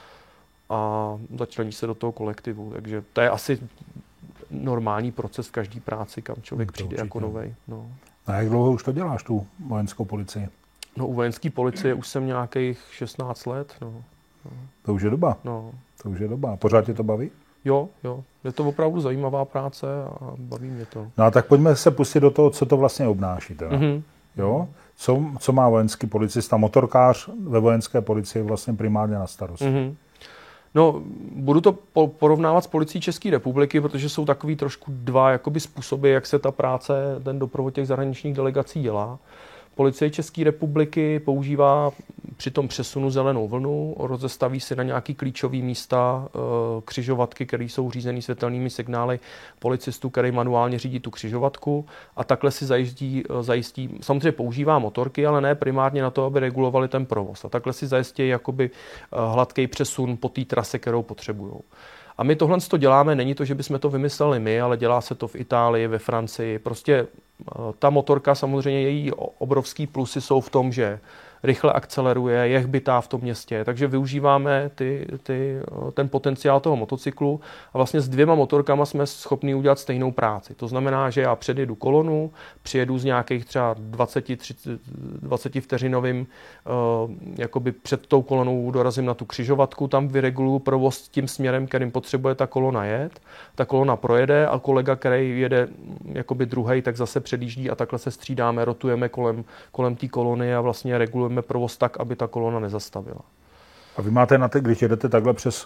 a začlení se do toho kolektivu. Takže to je asi normální proces v každé práci, kam člověk přijde určitě jako novej. No. A jak dlouho už to děláš, tu vojenskou policii? No u vojenské policie už jsem nějakých šestnáct let. No. No. To už je doba. No. To už je doba. Pořád tě to baví? Jo, jo. Je to opravdu zajímavá práce a baví mě to. No a tak pojďme se pustit do toho, co to vlastně obnáší. Teda. Mm-hmm. Jo? Co, co má vojenský policista, motorkář ve vojenské policii vlastně primárně na starost? Mm-hmm. No, budu to porovnávat s Policií České republiky, protože jsou takový trošku dva jakoby způsoby, jak se ta práce, ten doprovod těch zahraničních delegací dělá. Policie České republiky používá při tom přesunu zelenou vlnu, rozestaví si na nějaký klíčový místa křižovatky, které jsou řízené světelnými signály policistů, který manuálně řídí tu křižovatku a takhle si zajistí, zajistí, samozřejmě používá motorky, ale ne primárně na to, aby regulovali ten provoz. A takhle si zajistí jakoby hladký přesun po té trase, kterou potřebují. A my tohle to děláme, není to, že bychom to vymysleli my, ale dělá se to v Itálii, ve Francii. Prostě ta motorka, samozřejmě její obrovský plusy jsou v tom, že rychle akceleruje, je hbitá v tom městě, takže využíváme ty, ty, ten potenciál toho motocyklu a vlastně s dvěma motorkama jsme schopni udělat stejnou práci. To znamená, že já předjedu kolonu, přijedu z nějakých třeba dvacet třicet, dvacet vteřinovým uh, jakoby před tou kolonou dorazím na tu křižovatku, tam vyreguluju provoz tím směrem, kterým potřebuje ta kolona jet. Ta kolona projede a kolega, který jede jakoby druhej, tak zase předjíždí a takhle se střídáme, rotujeme kolem, kolem té kolony a vlastně regulujeme provoz tak, aby ta kolona nezastavila. A vy máte na té, když jedete takhle přes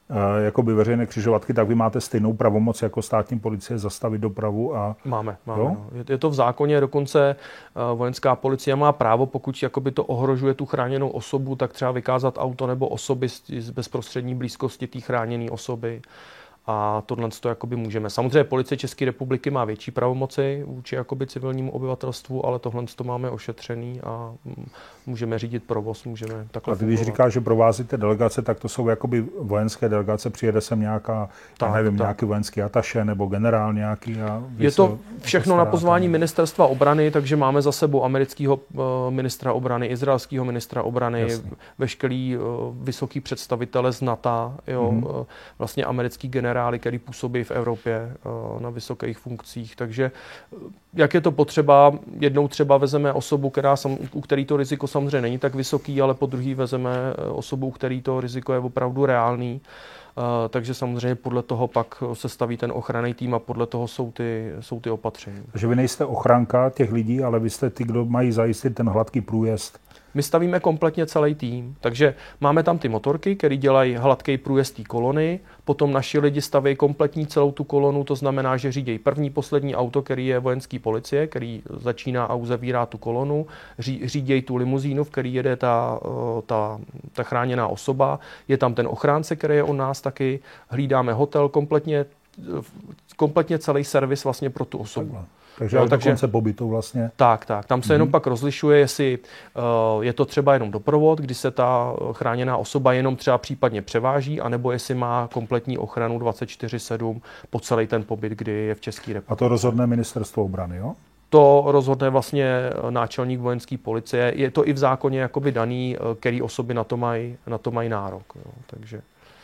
jakoby veřejné křižovatky, tak vy máte stejnou pravomoc jako státní policie zastavit dopravu a... Máme, máme. No. Je to v zákoně, dokonce vojenská policie má právo, pokud jakoby to ohrožuje tu chráněnou osobu, tak třeba vykázat auto nebo osoby z bezprostřední blízkosti té chráněné osoby. A tohle to jakoby můžeme. Samozřejmě policie České republiky má větší pravomoci vůči jakoby civilnímu obyvatelstvu, ale tohle to máme ošetřený a můžeme řídit provoz, můžeme takhle. A ty, když říkáš, že provázíte delegace, tak to jsou jakoby vojenské delegace, přijede sem nějaká, tak, nevím, tak. nějaký vojenský ataše nebo generál nějaký. A je to všechno na pozvání ministerstva obrany, takže máme za sebou amerického ministra obrany, izraelského ministra obrany, Jasně. veškerý vysoký představitele z NATO, jo, mm-hmm. vlastně americký generál, který působí v Evropě na vysokých funkcích. Takže jak je to potřeba, jednou třeba vezeme osobu, která, u který to riziko samozřejmě není tak vysoký, ale po druhý vezeme osobu, u který to riziko je opravdu reálný. Takže samozřejmě podle toho pak se staví ten ochranný tým a podle toho jsou ty, jsou ty opatření. Takže vy nejste ochranka těch lidí, ale vy jste ty, kdo mají zajistit ten hladký průjezd. My stavíme kompletně celý tým, takže máme tam ty motorky, které dělají hladký průjezd té kolony, potom naši lidi staví kompletní celou tu kolonu, to znamená, že řídí první, poslední auto, který je vojenský policie, který začíná a uzavírá tu kolonu, řídí tu limuzínu, v který jede ta, ta, ta chráněná osoba, je tam ten ochránce, který je u nás taky, hlídáme hotel, kompletně, kompletně celý servis vlastně pro tu osobu. Takhle. Takže no, do konce pobytu vlastně. Tak, tak. Tam se mm-hmm. jenom pak rozlišuje, jestli uh, je to třeba jenom doprovod, kdy se ta chráněná osoba jenom třeba případně převáží, anebo jestli má kompletní ochranu dvacet čtyři sedm po celý ten pobyt, kdy je v České republice. A to rozhodne ministerstvo obrany, jo? To rozhodne vlastně náčelník vojenské policie. Je to i v zákoně jakoby daný, který osoby na to mají, na to mají nárok. Jo? Takže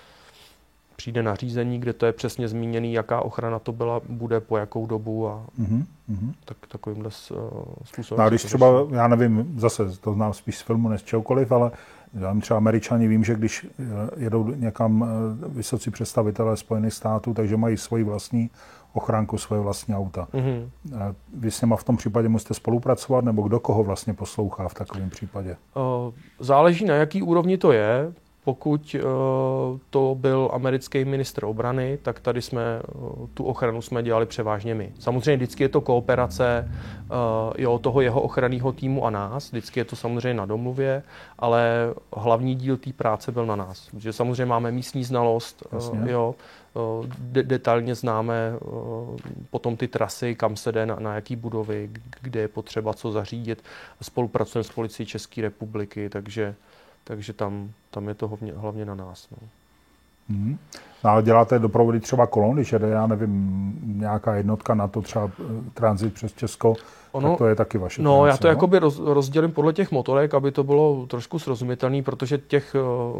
přijde nařízení, kde to je přesně zmíněný, jaká ochrana to byla, bude, po jakou dobu a mm-hmm. tak, takovýmhle způsobem. No a když třeba, já nevím, zase to znám spíš z filmu než čehokoliv, ale třeba Američani vím, že když jedou někam vysocí představitelé Spojených států, takže mají svoji vlastní ochránku, svoje vlastní auta. Mm-hmm. Vy s něma v tom případě musíte spolupracovat, nebo kdo koho vlastně poslouchá v takovém případě? Záleží, na jaký úrovni to je. Pokud uh, to byl americký ministr obrany, tak tady jsme uh, tu ochranu jsme dělali převážně my. Samozřejmě vždycky je to kooperace uh, jo, toho jeho ochranného týmu a nás, vždycky je to samozřejmě na domluvě, ale hlavní díl té práce byl na nás. Protože samozřejmě máme místní znalost, uh, jo, uh, de- detailně známe uh, potom ty trasy, kam se jde, na, na jaký budovy, kde je potřeba co zařídit. Spolupracujeme s policií České republiky, takže Takže tam, tam je to hlavně, hlavně na nás. No. Mm. No, ale děláte doprovody třeba kolon, když jede, já nevím, nějaká jednotka na to třeba tranzit přes Česko, ono, tak to je taky vaše No, práce, já to no? jakoby roz, rozdělím podle těch motorek, aby to bylo trošku srozumitelné, protože těch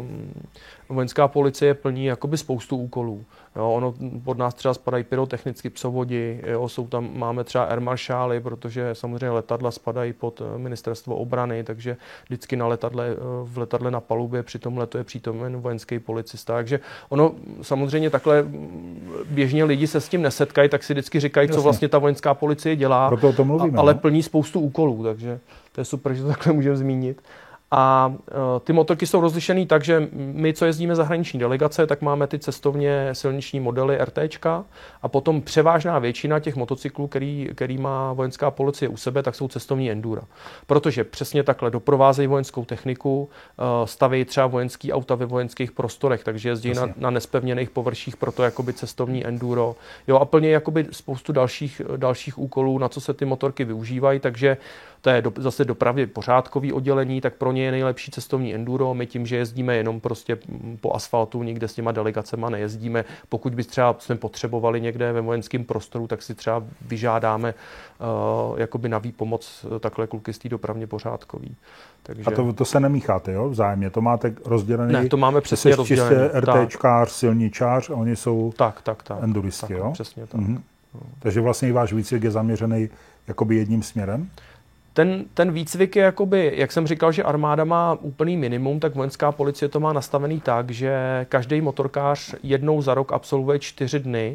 uh, vojenská policie plní jakoby spoustu úkolů. Jo, ono pod nás třeba spadají pyrotechnicky psovodi, jo, jsou tam, máme třeba air marshály, protože samozřejmě letadla spadají pod ministerstvo obrany, takže vždycky na letadle, v letadle na palubě při tom letu je přítomen vojenský policista. Takže ono samozřejmě takhle běžně lidi se s tím nesetkají, tak si vždycky říkají, Jasně. co vlastně ta vojenská policie dělá, Proto o tom mluvíme, ale no? plní spoustu úkolů, takže to je super, že to takhle můžeme zmínit. A uh, ty motorky jsou rozlišený tak, že my, co jezdíme zahraniční delegace, tak máme ty cestovně silniční modely RTčka a potom převážná většina těch motocyklů, který, který má vojenská policie u sebe, tak jsou cestovní endura. Protože přesně takhle doprovázejí vojenskou techniku, uh, staví třeba vojenský auta ve vojenských prostorech, takže jezdí na, na nespevněných površích, proto jakoby cestovní enduro. Jo, a plně jakoby spoustu dalších, dalších úkolů, na co se ty motorky využívají, takže to je do, zase dopravě pořádkový oddělení, tak pro ně je nejlepší cestovní enduro. My tím, že jezdíme jenom prostě po asfaltu, nikde s těma delegacema nejezdíme. Pokud by třeba jsme potřebovali někde ve vojenském prostoru, tak si třeba vyžádáme uh, jakoby na výpomoc takhle kluky z té dopravně pořádkový. Takže... A to, to se nemícháte, jo, vzájemně? To máte rozdělený? Ne, to máme přesně rozdělený. RTčkář, silničář a oni jsou tak, tak, tak, enduristi, tak, jo? Přesně tak. Mhm. Takže vlastně i váš výcvik je zaměřený jakoby jedním směrem? Ten, ten výcvik je jakoby, jak jsem říkal, že armáda má úplný minimum, tak vojenská policie to má nastavený tak, že každý motorkář jednou za rok absolvuje čtyři dny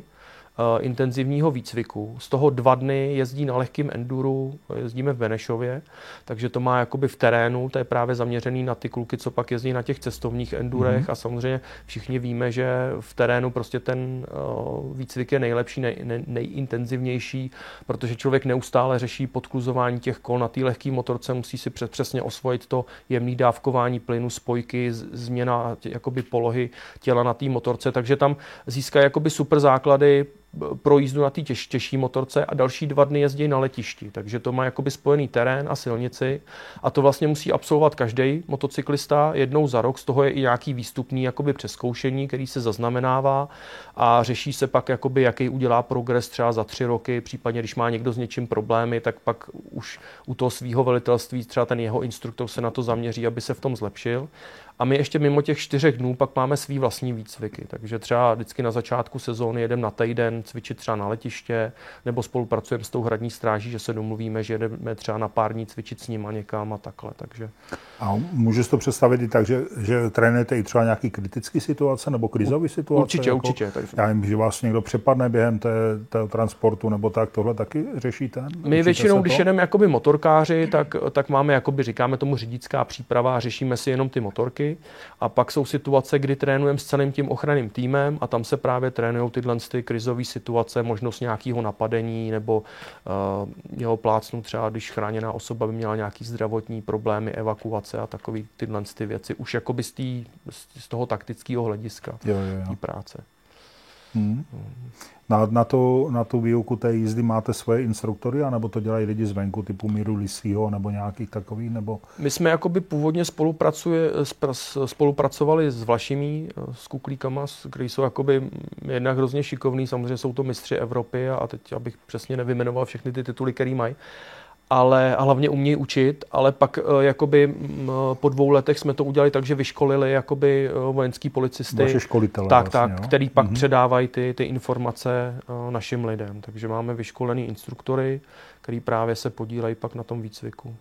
intenzivního výcviku. Z toho dva dny jezdí na lehkém enduru, jezdíme v Benešově, takže to má jakoby v terénu, to je právě zaměřený na ty kluky, co pak jezdí na těch cestovních endurech mm-hmm. a samozřejmě všichni víme, že v terénu prostě ten uh, výcvik je nejlepší, nej, nej, nejintenzivnější, protože člověk neustále řeší podkluzování těch kol na té lehké motorce, musí si přes, přesně osvojit to jemné dávkování plynu, spojky, z, změna tě, jakoby polohy těla na té motorce, takže tam získá jakoby super základy pro jízdu na té těž, těžší motorce a další dva dny jezdí na letišti. Takže to má jakoby spojený terén a silnici a to vlastně musí absolvovat každý motocyklista jednou za rok. Z toho je i nějaký výstupní jakoby přezkoušení, který se zaznamenává a řeší se pak, jakoby, jaký udělá progres třeba za tři roky, případně když má někdo s něčím problémy, tak pak už u toho svého velitelství třeba ten jeho instruktor se na to zaměří, aby se v tom zlepšil. A my ještě mimo těch čtyřech dnů pak máme svý vlastní výcviky. Takže třeba vždycky na začátku sezóny jedeme na týden cvičit třeba na letiště, nebo spolupracujeme s tou hradní stráží, že se domluvíme, že jedeme třeba na pár dní cvičit s nima někam a takhle. Takže... A můžeš to představit i tak, že, že trénujete i třeba nějaký kritický situace nebo krizový situace? Určitě, jako, určitě. Takže... Já vím, že vás někdo přepadne během té, té transportu, nebo tak, tohle taky řešíte? My Učíte většinou, když jedeme jakoby motorkáři, tak, tak máme, jakoby, říkáme tomu řidičská příprava a řešíme si jenom ty motorky. A pak jsou situace, kdy trénujeme s celým tím ochranným týmem a tam se právě trénují tyhle ty krizové situace, možnost nějakého napadení nebo uh, jeho plácnu třeba, když chráněná osoba by měla nějaký zdravotní problémy, evakuace a takové tyhle ty věci. Už jakoby z, tý, z toho taktického hlediska jo, jo, jo. práce. Hmm. Na, na, to, na tu výuku té jízdy máte svoje instruktory, anebo to dělají lidi zvenku, typu Míru Lisího, nebo nějakých takových, nebo... My jsme jakoby původně spolupracuje, spolupracovali s Vlašimi, s kuklíkama, kteří jsou jakoby jednak hrozně šikovní, samozřejmě jsou to mistři Evropy a teď abych přesně nevymenoval všechny ty tituly, který mají. Ale a hlavně umějí učit, ale pak jakoby po dvou letech jsme to udělali tak, že vyškolili jakoby vojenský policisty. Vaše školitele tak, vlastně, tak, jo? který pak mm-hmm. předávají ty, ty informace našim lidem. Takže máme vyškolený instruktory, který právě se podílejí pak na tom výcviku.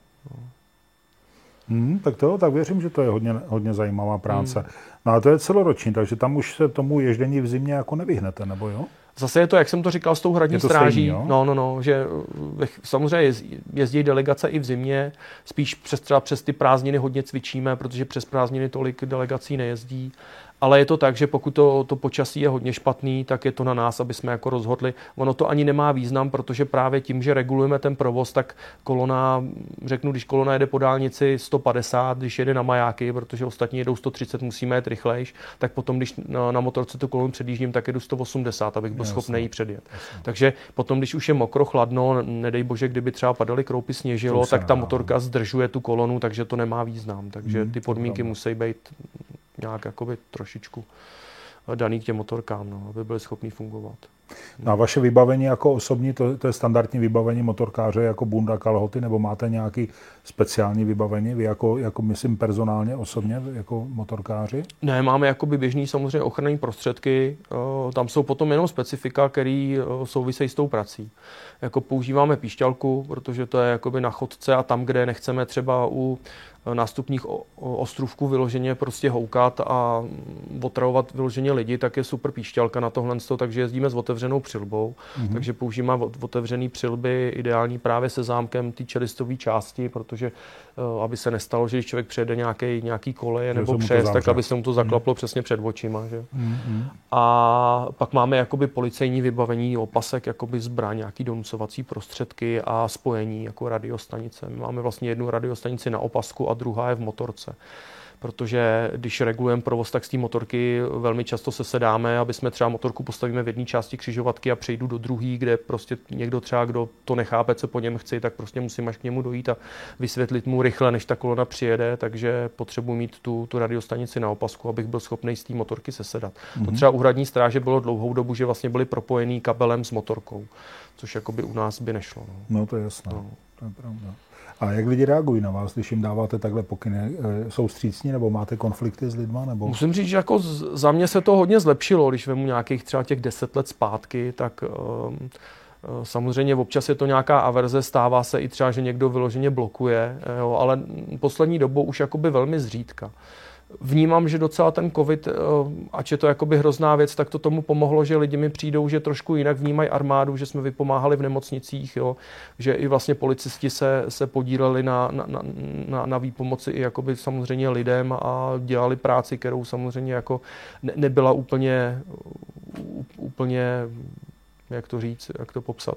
Hmm, tak to, tak věřím, že to je hodně, hodně zajímavá práce. Hmm. No a to je celoroční, takže tam už se tomu ježdění v zimě jako nevyhnete, nebo jo? Zase je to, jak jsem to říkal, s tou hradní stráží, stejný, no, no, no, že samozřejmě jezdí delegace i v zimě, spíš přes, třeba přes ty prázdniny hodně cvičíme, protože přes prázdniny tolik delegací nejezdí. Ale je to tak, že pokud to, to počasí je hodně špatný, tak je to na nás, aby jsme jako rozhodli. Ono to ani nemá význam, protože právě tím, že regulujeme ten provoz, tak kolona, řeknu, když kolona jede po dálnici sto padesát, když jede na majáky, protože ostatní jedou sto třicet, musíme jet rychlejš, tak potom, když na, na motorce tu kolonu předjíždím, tak jedu sto osmdesát, abych byl schopný jí předjet. Jasně. Takže potom, když už je mokro, chladno, nedej bože, kdyby třeba padaly kroupy, sněžilo, tak ta motorka zdržuje tu kolonu, takže to nemá význam. Takže ty podmínky musí být nějak jakoby trošičku daný k těm motorkám, no, aby byly schopný fungovat. No a vaše vybavení jako osobní, to, to je standardní vybavení motorkáře jako bunda, kalhoty, nebo máte nějaký speciální vybavení, vy jako, jako myslím personálně, osobně, jako motorkáři? Ne, máme jakoby běžný samozřejmě ochranné prostředky, tam jsou potom jenom specifika, který souvisejí s tou prací. Jako používáme píšťalku, protože to je jakoby na chodce a tam, kde nechceme třeba u nástupních ostrůvků vyloženě prostě houkat a otravovat vyloženě lidi, tak je super píšťalka na tohle, takže jezdíme s otevřenou přilbou, mm-hmm. takže používáme otevřený přilby, ideální právě se zámkem té čelistové části, protože aby se nestalo, že když člověk přejede nějaký, nějaký koleje nebo přes, tak aby se mu to zaklaplo mm-hmm. přesně před očima. Že? Mm-hmm. A pak máme jakoby policejní vybavení, opasek, jakoby zbraň, nějaký donucovací prostředky a spojení jako radiostanice. My máme vlastně jednu radiostanici na opasku a druhá je v motorce. Protože když regulujeme provoz, tak z té motorky velmi často se sedáme, aby jsme třeba motorku postavíme v jedné části křižovatky a přejdu do druhé, kde prostě někdo třeba, kdo to nechápe, co po něm chci, tak prostě musím až k němu dojít a vysvětlit mu rychle, než ta kolona přijede, takže potřebuji mít tu, tu radiostanici na opasku, abych byl schopný z té motorky sesedat. Mm-hmm. To třeba u hradní stráže bylo dlouhou dobu, že vlastně byli propojený kabelem s motorkou, což jakoby u nás by nešlo. No, no to je jasné, no. To je pravda. A jak lidi reagují na vás, když jim dáváte takhle pokyny? Jsou vstřícní nebo máte konflikty s lidma? Nebo... Musím říct, že jako za mě se to hodně zlepšilo, když vemu nějakých třeba těch deset let zpátky, tak um, samozřejmě občas je to nějaká averze, stává se i třeba, že někdo vyloženě blokuje, jo, ale poslední dobou už jakoby velmi zřídka. Vnímám, že docela ten covid, ač je to jakoby hrozná věc, tak to tomu pomohlo, že lidi mi přijdou, že trošku jinak vnímají armádu, že jsme vypomáhali v nemocnicích, jo, že i vlastně policisti se, se podíleli na, na, na, na výpomoci i jakoby samozřejmě lidem a dělali práci, kterou samozřejmě jako ne, nebyla úplně, úplně, jak to říct, jak to popsat.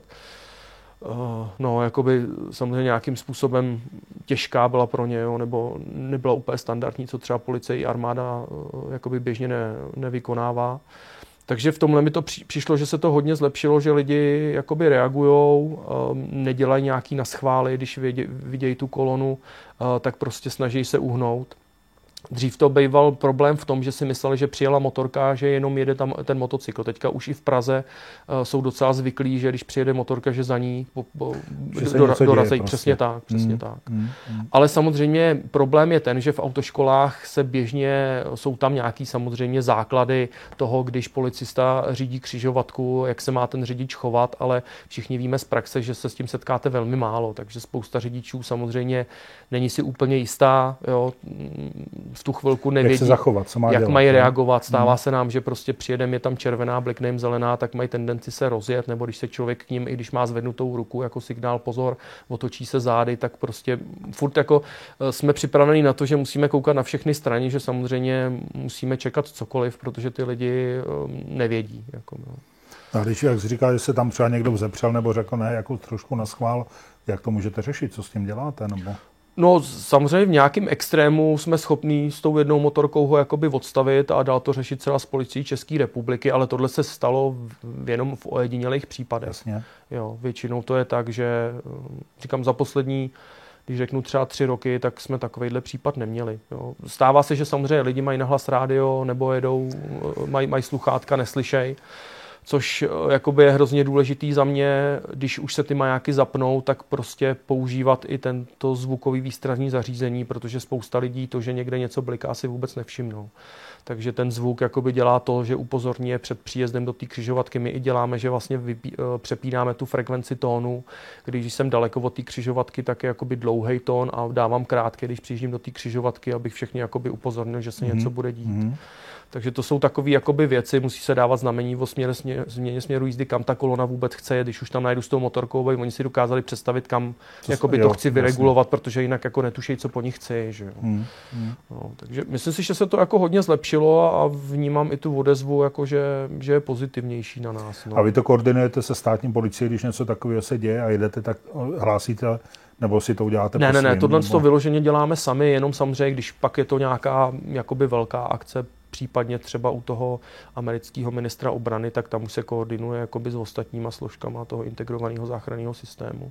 No, jakoby samozřejmě nějakým způsobem těžká byla pro ně, jo, nebo nebyla úplně standardní, co třeba policie i armáda jakoby běžně ne, nevykonává. Takže v tomhle mi to přišlo, že se to hodně zlepšilo, že lidi jakoby reagujou, nedělají nějaký naschvály, když vidějí, vidějí tu kolonu, tak prostě snaží se uhnout. Dřív to býval problém v tom, že si mysleli, že přijela motorka, že jenom jede tam ten motocykl. Teďka už i v Praze uh, jsou docela zvyklí, že když přijede motorka, že za ní po, po, do, dorazí. Prostě. Přesně tak, přesně mm, tak. Mm, mm. Ale samozřejmě problém je ten, že v autoškolách se běžně, jsou tam nějaký samozřejmě základy toho, když policista řídí křižovatku, jak se má ten řidič chovat, ale všichni víme z praxe, že se s tím setkáte velmi málo, takže spousta řidičů samozřejmě není si úplně jistá, jo, v tu chvilku nevědí, jak se zachovat, co má jak dělat, mají ne? reagovat. Stává hmm. se nám, že prostě přijedeme, je tam červená, blikne jim zelená, tak mají tendenci se rozjet, nebo když se člověk k ním, i když má zvednutou ruku jako signál pozor, otočí se zády, tak prostě furt jako jsme připraveni na to, že musíme koukat na všechny strany, že samozřejmě musíme čekat cokoliv, protože ty lidi nevědí. Jako, no. A když, jak jsi říkal, že se tam třeba někdo vzepřel nebo řekl ne, jako trošku naschvál, jak to můžete řešit, co s tím děláte? Nebo... No samozřejmě v nějakém extrému jsme schopní s tou jednou motorkou ho jakoby odstavit a dál to řešit třeba s policií České republiky, ale tohle se stalo v, jenom v ojedinělých případech. Jasně. Jo, většinou to je tak, že říkám za poslední, když řeknu třeba tři roky, tak jsme takovejhle případ neměli. Jo. Stává se, že samozřejmě lidi mají nahlas rádio nebo jedou, mají, mají sluchátka, neslyšej. Což jakoby je hrozně důležitý za mě, když už se ty majáky zapnou, tak prostě používat i tento zvukový výstražní zařízení, protože spousta lidí to, že někde něco bliká, si vůbec nevšimnou. Takže ten zvuk jakoby dělá to, že upozorní je před příjezdem do té křižovatky. My i děláme, že vlastně vypí, přepínáme tu frekvenci tónu. Když jsem daleko od té křižovatky, tak je jakoby dlouhý tón a dávám krátké, když přijíždím do té křižovatky, abych všechny jakoby upozornil, že se mm-hmm. něco bude dít. Mm-hmm. Takže to jsou takové jakoby věci, musí se dávat znamení o směr, směr, změně směru jízdy, kam ta kolona vůbec chce jet, když už tam najdu s tou motorkou, aby oni si dokázali představit, kam to, jakoby jo, to chci vyregulovat, jasně. Protože jinak jako netušejí, co po nich chci. Že jo. Hmm, hmm. No, takže myslím si, že se to jako hodně zlepšilo a vnímám i tu odezvu, jako že, že je pozitivnější na nás. No. A vy to koordinujete se státní policií, když něco takového se děje a jedete, tak hlásíte, nebo si to uděláte Ne, po ne, ne, svým, tohle nebo... to vyloženě děláme sami, jenom samozřejmě, když pak je to nějaká jakoby velká akce, případně třeba u toho amerického ministra obrany, tak tam už se koordinuje jakoby s ostatníma složkama toho integrovaného záchranného systému.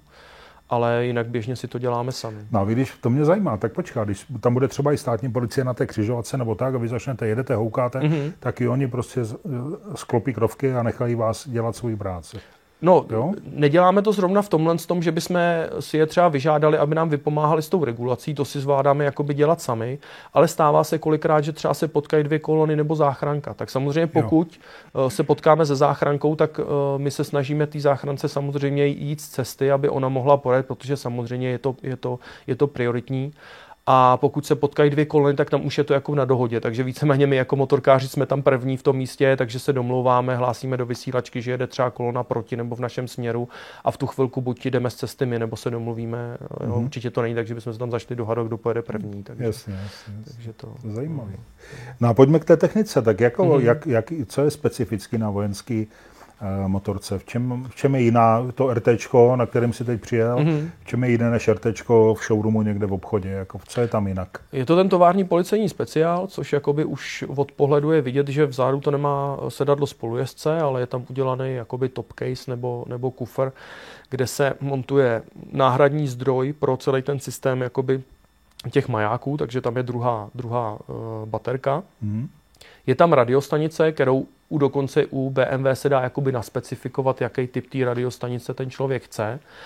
Ale jinak běžně si to děláme sami. No a vy, když to mě zajímá, tak počká, když tam bude třeba i státní policie na té křižovatce nebo tak, a vy začnete, jedete, houkáte, mm-hmm. tak i oni prostě sklopí krovky a nechají vás dělat svoji práci. No, jo? Neděláme to zrovna v tomhle tom, že bychom si je třeba vyžádali, aby nám vypomáhali s tou regulací, to si zvládáme jakoby dělat sami, ale stává se kolikrát, že třeba se potkají dvě kolony nebo záchranka. Tak samozřejmě pokud jo. se potkáme se záchrankou, tak my se snažíme té záchrance samozřejmě jít z cesty, aby ona mohla pojet, protože samozřejmě je to, je to, je to prioritní. A pokud se potkají dvě kolony, tak tam už je to jako na dohodě. Takže víceméně my jako motorkáři jsme tam první v tom místě, takže se domlouváme, hlásíme do vysílačky, že jede třeba kolona proti nebo v našem směru a v tu chvilku buď jdeme s cesty my, nebo se domluvíme. Mm-hmm. Jo, určitě to není tak, že bychom se tam zašli dohadat, kdo pojede první. Takže, jasně, jasně. Takže to, to zajímavé. No a pojďme k té technice. Tak jako, mm-hmm. jak, jak, co je specificky na vojenský motorce? V čem, v čem je jiná to RTčko, na kterém si teď přijel? Mm-hmm. V čem je jiné než RTčko v showroomu někde v obchodě? Jako, co je tam jinak? Je to ten tovární policejní speciál, což jakoby už od pohledu je vidět, že vzadu to nemá sedadlo spolujezdce, ale je tam udělaný jakoby top case nebo, nebo kufr, kde se montuje náhradní zdroj pro celý ten systém jakoby těch majáků, takže tam je druhá, druhá uh, baterka. Mm-hmm. Je tam radiostanice, kterou u dokonce u B M W se dá jakoby naspecifikovat, jaký typ té radiostanice ten člověk chce.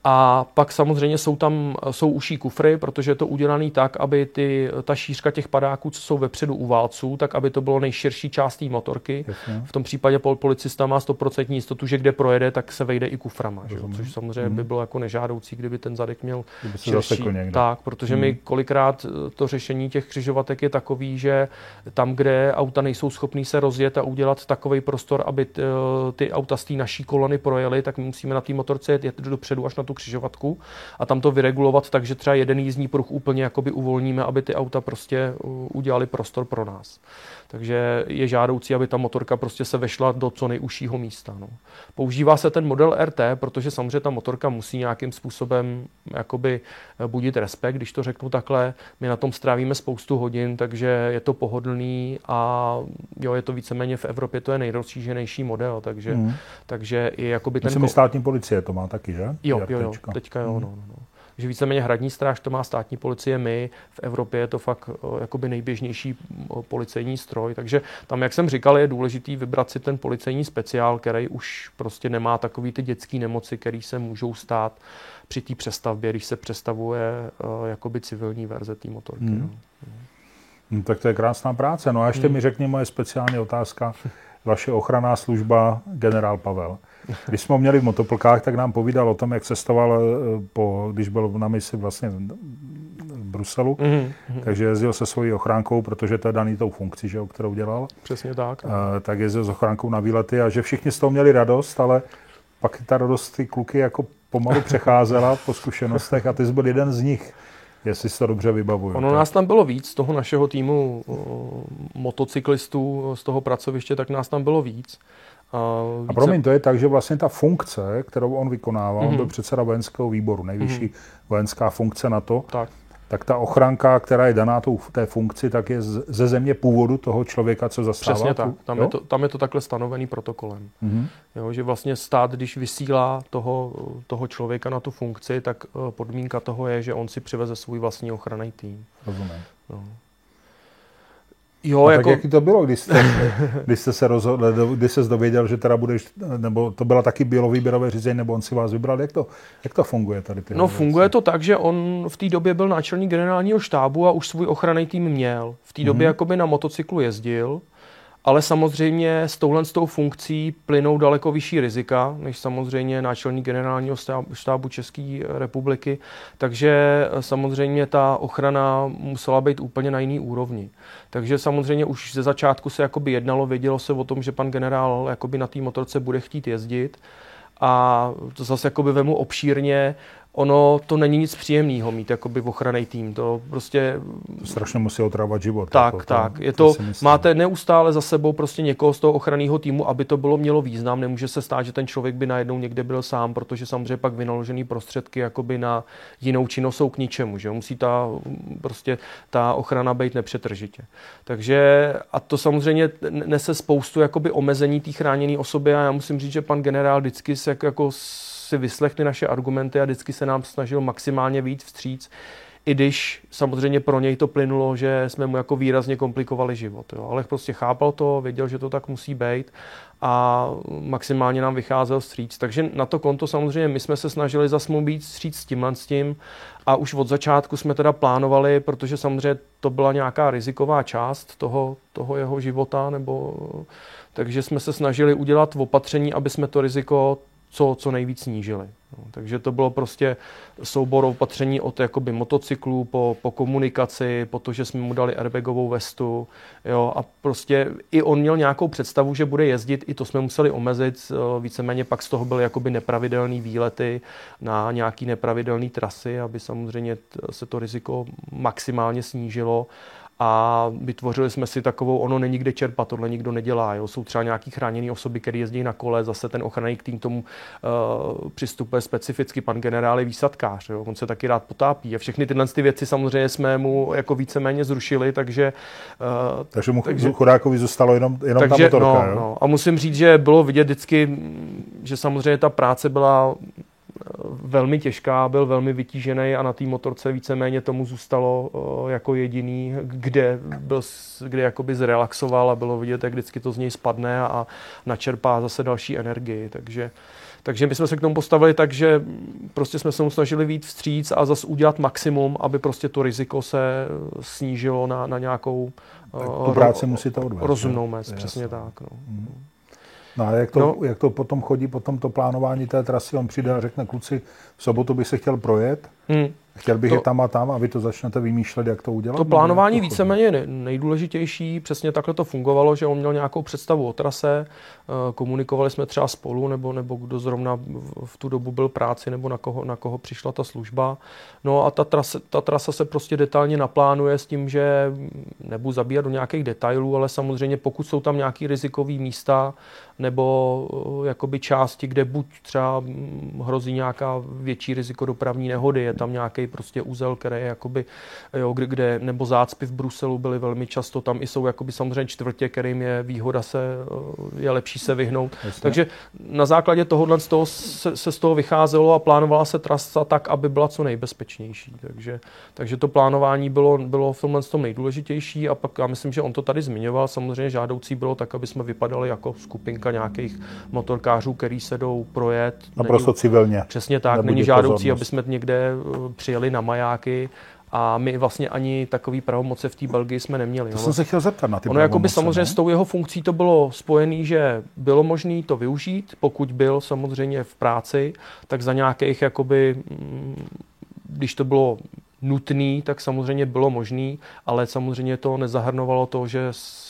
A pak samozřejmě jsou tam jsou uší kufry, protože je to udělané tak, aby ty, ta šířka těch padáků, co jsou vepředu u válců, tak aby to bylo nejširší část té motorky. Jasně. V tom případě policista má sto procent jistotu, že kde projede, tak se vejde i kuframa. Že? Což samozřejmě hmm. by bylo jako nežádoucí, kdyby ten zadek měl širší. Tak, protože hmm. my kolikrát to řešení těch křižovatek je takový, že tam, kde auta nejsou schopný se rozjet a udělat takový prostor, aby ty, ty auta z té naší kolony projeli, tak my musíme na té motorce jet, jet dopředu až na tu křižovatku a tam to vyregulovat tak, že třeba jeden jízdní pruh úplně jakoby uvolníme, aby ty auta prostě udělali prostor pro nás. Takže je žádoucí, aby ta motorka prostě se vešla do co nejužšího místa. No. Používá se ten model R T, protože samozřejmě ta motorka musí nějakým způsobem jakoby budit respekt, když to řeknu takhle. My na tom strávíme spoustu hodin, takže je to pohodlný a jo, je to víceméně v Evropě, to je nejrozšířenější model, takže, mm. takže i jakoby ten... Myslím, ko... státní policie to má taky, že? Jo, jo, jo, teďka jo, mm. no, no. Že víceméně hradní stráž to má státní policie, my v Evropě je to fakt jakoby nejběžnější policejní stroj, takže tam, jak jsem říkal, je důležitý vybrat si ten policejní speciál, který už prostě nemá takový ty dětské nemoci, které se můžou stát při té přestavbě, když se přestavuje jakoby civilní verze té motorky. Hmm. No. No, tak to je krásná práce. No a ještě hmm. mi řekni moje speciální otázka, vaše ochranná služba, generál Pavel. Když jsme ho měli v motoplkách, tak nám povídal o tom, jak cestoval, po, když byl na misi vlastně v Bruselu, mm-hmm. takže jezdil se svojí ochránkou, protože to je daný tou funkcí, že, kterou dělal. Přesně tak. Uh, tak jezdil s ochránkou na výlety a že všichni z toho měli radost, ale pak ta radost ty kluky jako pomalu přecházela po zkušenostech a ty jsi byl jeden z nich. Jestli si to dobře vybavuju. Ono tak. Nás tam bylo víc, z toho našeho týmu o, motocyklistů, z toho pracoviště, tak nás tam bylo víc. A, více... a promiň, to je tak, že vlastně ta funkce, kterou on vykonával, mm-hmm. on byl předseda vojenského výboru, nejvyšší mm-hmm. vojenská funkce NATO, tak. tak ta ochranka, která je daná tou, té funkci, tak je ze země původu toho člověka, co zastává. Přesně tak. Tam je, to, tam je to takhle stanovený protokolem. Mm-hmm. Jo, že vlastně stát, když vysílá toho, toho člověka na tu funkci, tak podmínka toho je, že on si přiveze svůj vlastní ochranný tým. Rozumím. No. Jo, jako... Tak jaký to bylo, když jste, když jste se rozhodl, když jste dověděl, že teda budeš, nebo to byla taky bylo výběrové řízení, nebo on si vás vybral, jak to, jak to funguje tady? Ty no funguje to tak, že on v té době byl náčelník generálního štábu a už svůj ochranný tým měl. V té době mm-hmm. jakoby na motocyklu jezdil, ale samozřejmě s touhle s tou funkcí plynou daleko vyšší rizika, než samozřejmě náčelník generálního štábu České republiky, takže samozřejmě ta ochrana musela být úplně na jiný úrovni. Takže samozřejmě už ze začátku se jakoby jednalo, vědělo se o tom, že pan generál jakoby na té motorce bude chtít jezdit a to zase jakoby vemu obšírně. Ono to není nic příjemného mít jakoby ochranný tým. To prostě... To strašně musí otravovat život. Tak, jako tak. To, je to, máte neustále za sebou prostě někoho z toho ochranného týmu, aby to bylo mělo význam. Nemůže se stát, že ten člověk by najednou někde byl sám, protože samozřejmě pak vynaložený prostředky jakoby na jinou činnost jsou k ničemu. Že? Musí ta, prostě ta ochrana být nepřetržitě. Takže a to samozřejmě nese spoustu jakoby omezení té chráněné osoby a já musím říct, že pan generál vždycky se jako si vyslechli naše argumenty a vždycky se nám snažil maximálně víc vstříc, i když samozřejmě pro něj to plynulo, že jsme mu jako výrazně komplikovali život. Jo. Ale prostě chápal to, věděl, že to tak musí být a maximálně nám vycházel vstříc. Takže na to konto samozřejmě my jsme se snažili zas mu být vstříc s tímhle s tím a už od začátku jsme teda plánovali, protože samozřejmě to byla nějaká riziková část toho, toho jeho života, nebo takže jsme se snažili udělat opatření, aby jsme to riziko co, co nejvíc snížili. No, takže to bylo prostě soubor opatření od jakoby motocyklů po, po komunikaci, po to, že jsme mu dali airbagovou vestu. Jo, a prostě i on měl nějakou představu, že bude jezdit, i to jsme museli omezit. Víceméně pak z toho byly jakoby nepravidelné výlety na nějaké nepravidelné trasy, aby samozřejmě se to riziko maximálně snížilo. A vytvořili jsme si takovou, ono není kde čerpat, tohle nikdo nedělá. Jo. Jsou třeba nějaký chráněné osoby, které jezdí na kole, zase ten ochranný tým tomu uh, přistupuje specificky. Pan generál je výsadkář, jo. On se taky rád potápí. A všechny tyhle ty věci samozřejmě jsme mu jako víceméně zrušili, takže... Uh, takže mu takže, chudákovi zůstalo jenom, jenom takže, ta motorka, no, jo? No. A musím říct, že bylo vidět vždycky, že samozřejmě ta práce byla velmi těžká, byl velmi vytížený a na té motorce víceméně tomu zůstalo uh, jako jediný, kde, byl, kde jakoby zrelaxoval a bylo vidět, jak vždycky to z něj spadne a načerpá zase další energii. Takže, Takže my jsme se k tomu postavili tak, že prostě jsme se mu snažili vyjít vstříc a zase udělat maximum, aby prostě to riziko se snížilo na, na nějakou tu práci musíte odvést, rozumnou mez, přesně tak. No. Mm. No a jak to, no. jak to potom chodí, potom to plánování té trasy, on přijde a řekne, kluci, v sobotu bych se chtěl projet, hmm. chtěl bych to, je tam a tam a vy to začnete vymýšlet, jak to udělat? To plánování víceméně nejdůležitější, přesně takhle to fungovalo, že on měl nějakou představu o trase, komunikovali jsme třeba spolu, nebo, nebo kdo zrovna v tu dobu byl práci, nebo na koho, na koho přišla ta služba. No a ta trasa, ta trasa se prostě detailně naplánuje s tím, že nebudu zabíhat do nějakých detailů, ale samozřejmě pokud jsou tam nějaký rizikový místa, nebo jakoby části, kde buď třeba hrozí nějaká větší riziko dopravní nehody, je tam nějaký prostě úzel, který je jakoby, jo, kde, nebo zácpy v Bruselu byly velmi často, tam i jsou jakoby samozřejmě čtvrtě, kterým je výhoda se, je lepší se vyhnout. Jasně. Takže na základě tohohle z toho se, se z toho vycházelo a plánovala se trasa tak, aby byla co nejbezpečnější. Takže, takže to plánování bylo, bylo v tomhle tom nejdůležitější a pak já myslím, že on to tady zmiňoval, samozřejmě žádoucí bylo tak, aby jsme vypadali jako skupinka nějakých motorkářů, který se jdou projet. Naprosto není, civilně. Přesně tak, není žádoucí, aby jsme někde přijeli na majáky a my vlastně ani takový pravomoce v té Belgii jsme neměli. To no. jsem se chtěl zeptat na ty ono jakoby samozřejmě ne? S tou jeho funkcí to bylo spojené, že bylo možné to využít, pokud byl samozřejmě v práci, tak za nějakých jakoby, když to bylo nutný, tak samozřejmě bylo možný, ale samozřejmě to nezahrnovalo to, že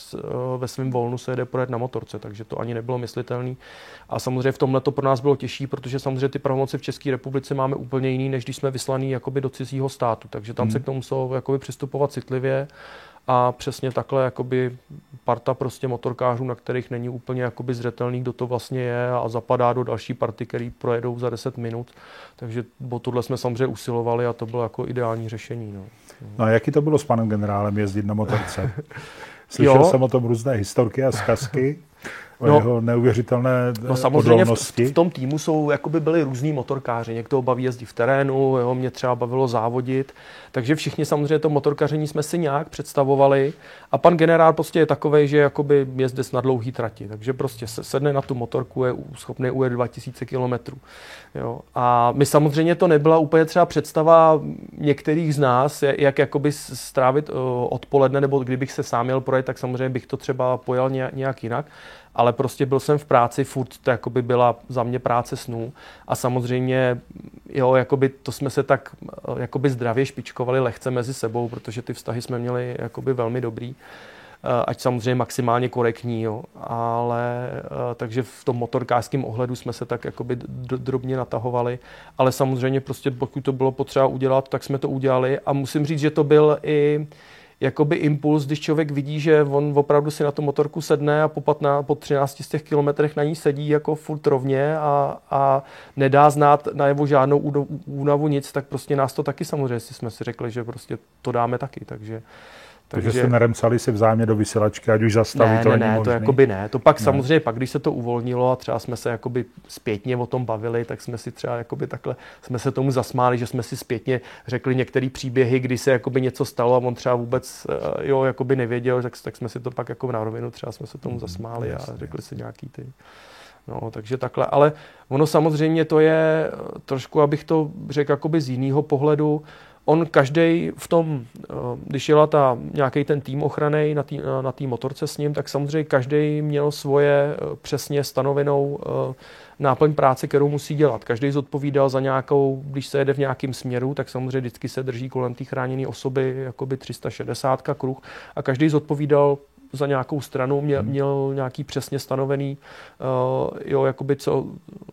ve svém volnu se jede projet na motorce, takže to ani nebylo myslitelný. A samozřejmě v tomhle to pro nás bylo těžší, protože samozřejmě ty pravomoci v České republice máme úplně jiný, než když jsme vyslaný jakoby do cizího státu, takže tam hmm. se k tomu muselo jakoby přistupovat citlivě a přesně takhle jakoby parta prostě motorkářů, na kterých není úplně jakoby zřetelný, kdo to vlastně je a zapadá do další party, který projedou za deset minut. Takže o tohle jsme samozřejmě usilovali a to bylo jako ideální řešení. No, no a jaký to bylo s panem generálem jezdit na motorce? Slyšel jo. jsem o tom různé historky a zkazky. O no, jeho neuvěřitelné no samozřejmě odolnosti. V, v tom týmu jsou, jakoby byli různí motorkáři. Někdo baví jezdit v terénu, jo, mě třeba bavilo závodit. Takže všichni samozřejmě to motorkaření jsme si nějak představovali. A pan generál prostě je takovej, že jakoby jezdec na dlouhý trati. Takže prostě sedne na tu motorku, je schopný ujet dva tisíce kilometrů. Jo. A my samozřejmě to nebyla úplně třeba představa některých z nás, jak jakoby strávit odpoledne, nebo kdybych se sám jel projet, tak samozřejmě bych to třeba pojel nějak jinak. Ale prostě byl jsem v práci, furt to jakoby byla za mě práce snů a samozřejmě jo, jakoby to jsme se tak jakoby zdravě špičkovali lehce mezi sebou, protože ty vztahy jsme měli jakoby velmi dobrý, ať samozřejmě maximálně korektní, jo, ale takže v tom motorkářském ohledu jsme se tak jakoby drobně natahovali, ale samozřejmě prostě pokud to bylo potřeba udělat, tak jsme to udělali a musím říct, že to byl i jakoby impuls, když člověk vidí, že on opravdu si na tu motorku sedne a po, patnácti, po třinácti z těch kilometrech na ní sedí jako furt rovně a, a nedá znát najevo žádnou únavu nic, tak prostě nás to taky samozřejmě jsme si řekli, že prostě to dáme taky, takže Takže, Takže jste neremcali si vzájemně do vysílačky, ať už zastaví, ne, to ne, není ne, možný? to jakoby ne. To pak ne. samozřejmě, pak když se to uvolnilo a třeba jsme se jakoby zpětně o tom bavili, tak jsme si třeba jakoby takhle, jsme se tomu zasmáli, že jsme si zpětně řekli některé příběhy, kdy se jakoby něco stalo a on třeba vůbec jo, jakoby nevěděl, tak, tak jsme si to pak jako na rovinu třeba jsme se tomu zasmáli mm, a řekli si nějaký ty... No, takže takhle, ale ono samozřejmě to je trošku, abych to řekl jakoby z jiného pohledu. On každej v tom, když jela ta, nějaký ten tým ochranný na té na té motorce s ním, tak samozřejmě každej měl svoje přesně stanovenou náplň práce, kterou musí dělat. Každý zodpovídal za nějakou, když se jede v nějakém směru, tak samozřejmě vždycky se drží kolem té chráněné osoby jakoby tři sta šedesát kruh a každý zodpovídal za nějakou stranu, měl, měl nějaký přesně stanovený, uh, jo, jakoby co,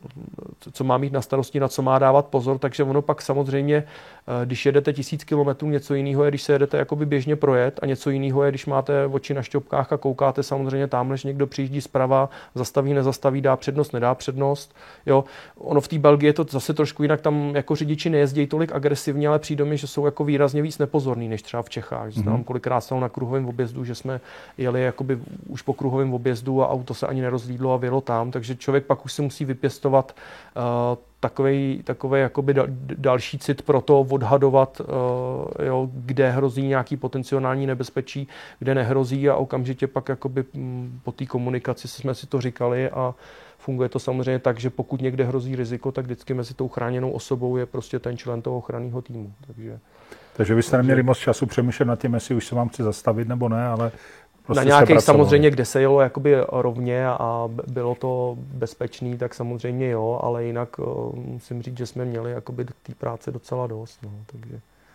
co má mít na starosti, na co má dávat pozor, takže ono pak samozřejmě, uh, když jedete tisíc kilometrů, něco jiného je, když se jedete jakoby běžně projet a něco jiného je, když máte oči na šťopkách a koukáte samozřejmě tam, než někdo přijíždí zprava, zastaví, nezastaví, dá přednost, nedá přednost, jo. Ono v té Belgii je to zase trošku jinak, tam jako řidiči nejezdí tolik agresivně, ale přijde mi, že jsou jako výrazně víc nepozorní, než třeba v Čechách. Mm-hmm. Znám kolikrát stalo na kruhovém objezdu, že jsme jeli jakoby už po kruhovém objezdu a auto se ani nerozlídlo a vyjelo tam, takže člověk pak už si musí vypěstovat uh, takovej, takovej jakoby dal, další cit pro to odhadovat, uh, jo, kde hrozí nějaký potenciální nebezpečí, kde nehrozí a okamžitě pak jakoby m, po té komunikaci jsme si to říkali a funguje to samozřejmě tak, že pokud někde hrozí riziko, tak vždycky mezi tou chráněnou osobou je prostě ten člen toho ochranného týmu. Takže, takže vy jste takže... neměli moc času přemýšlet nad tím, jestli už se vám chci zastavit nebo ne, ale prostě na nějakých samozřejmě, kde se jelo jakoby rovně a bylo to bezpečný, tak samozřejmě jo, ale jinak uh, musím říct, že jsme měli jakoby té práce docela dost. No, takže...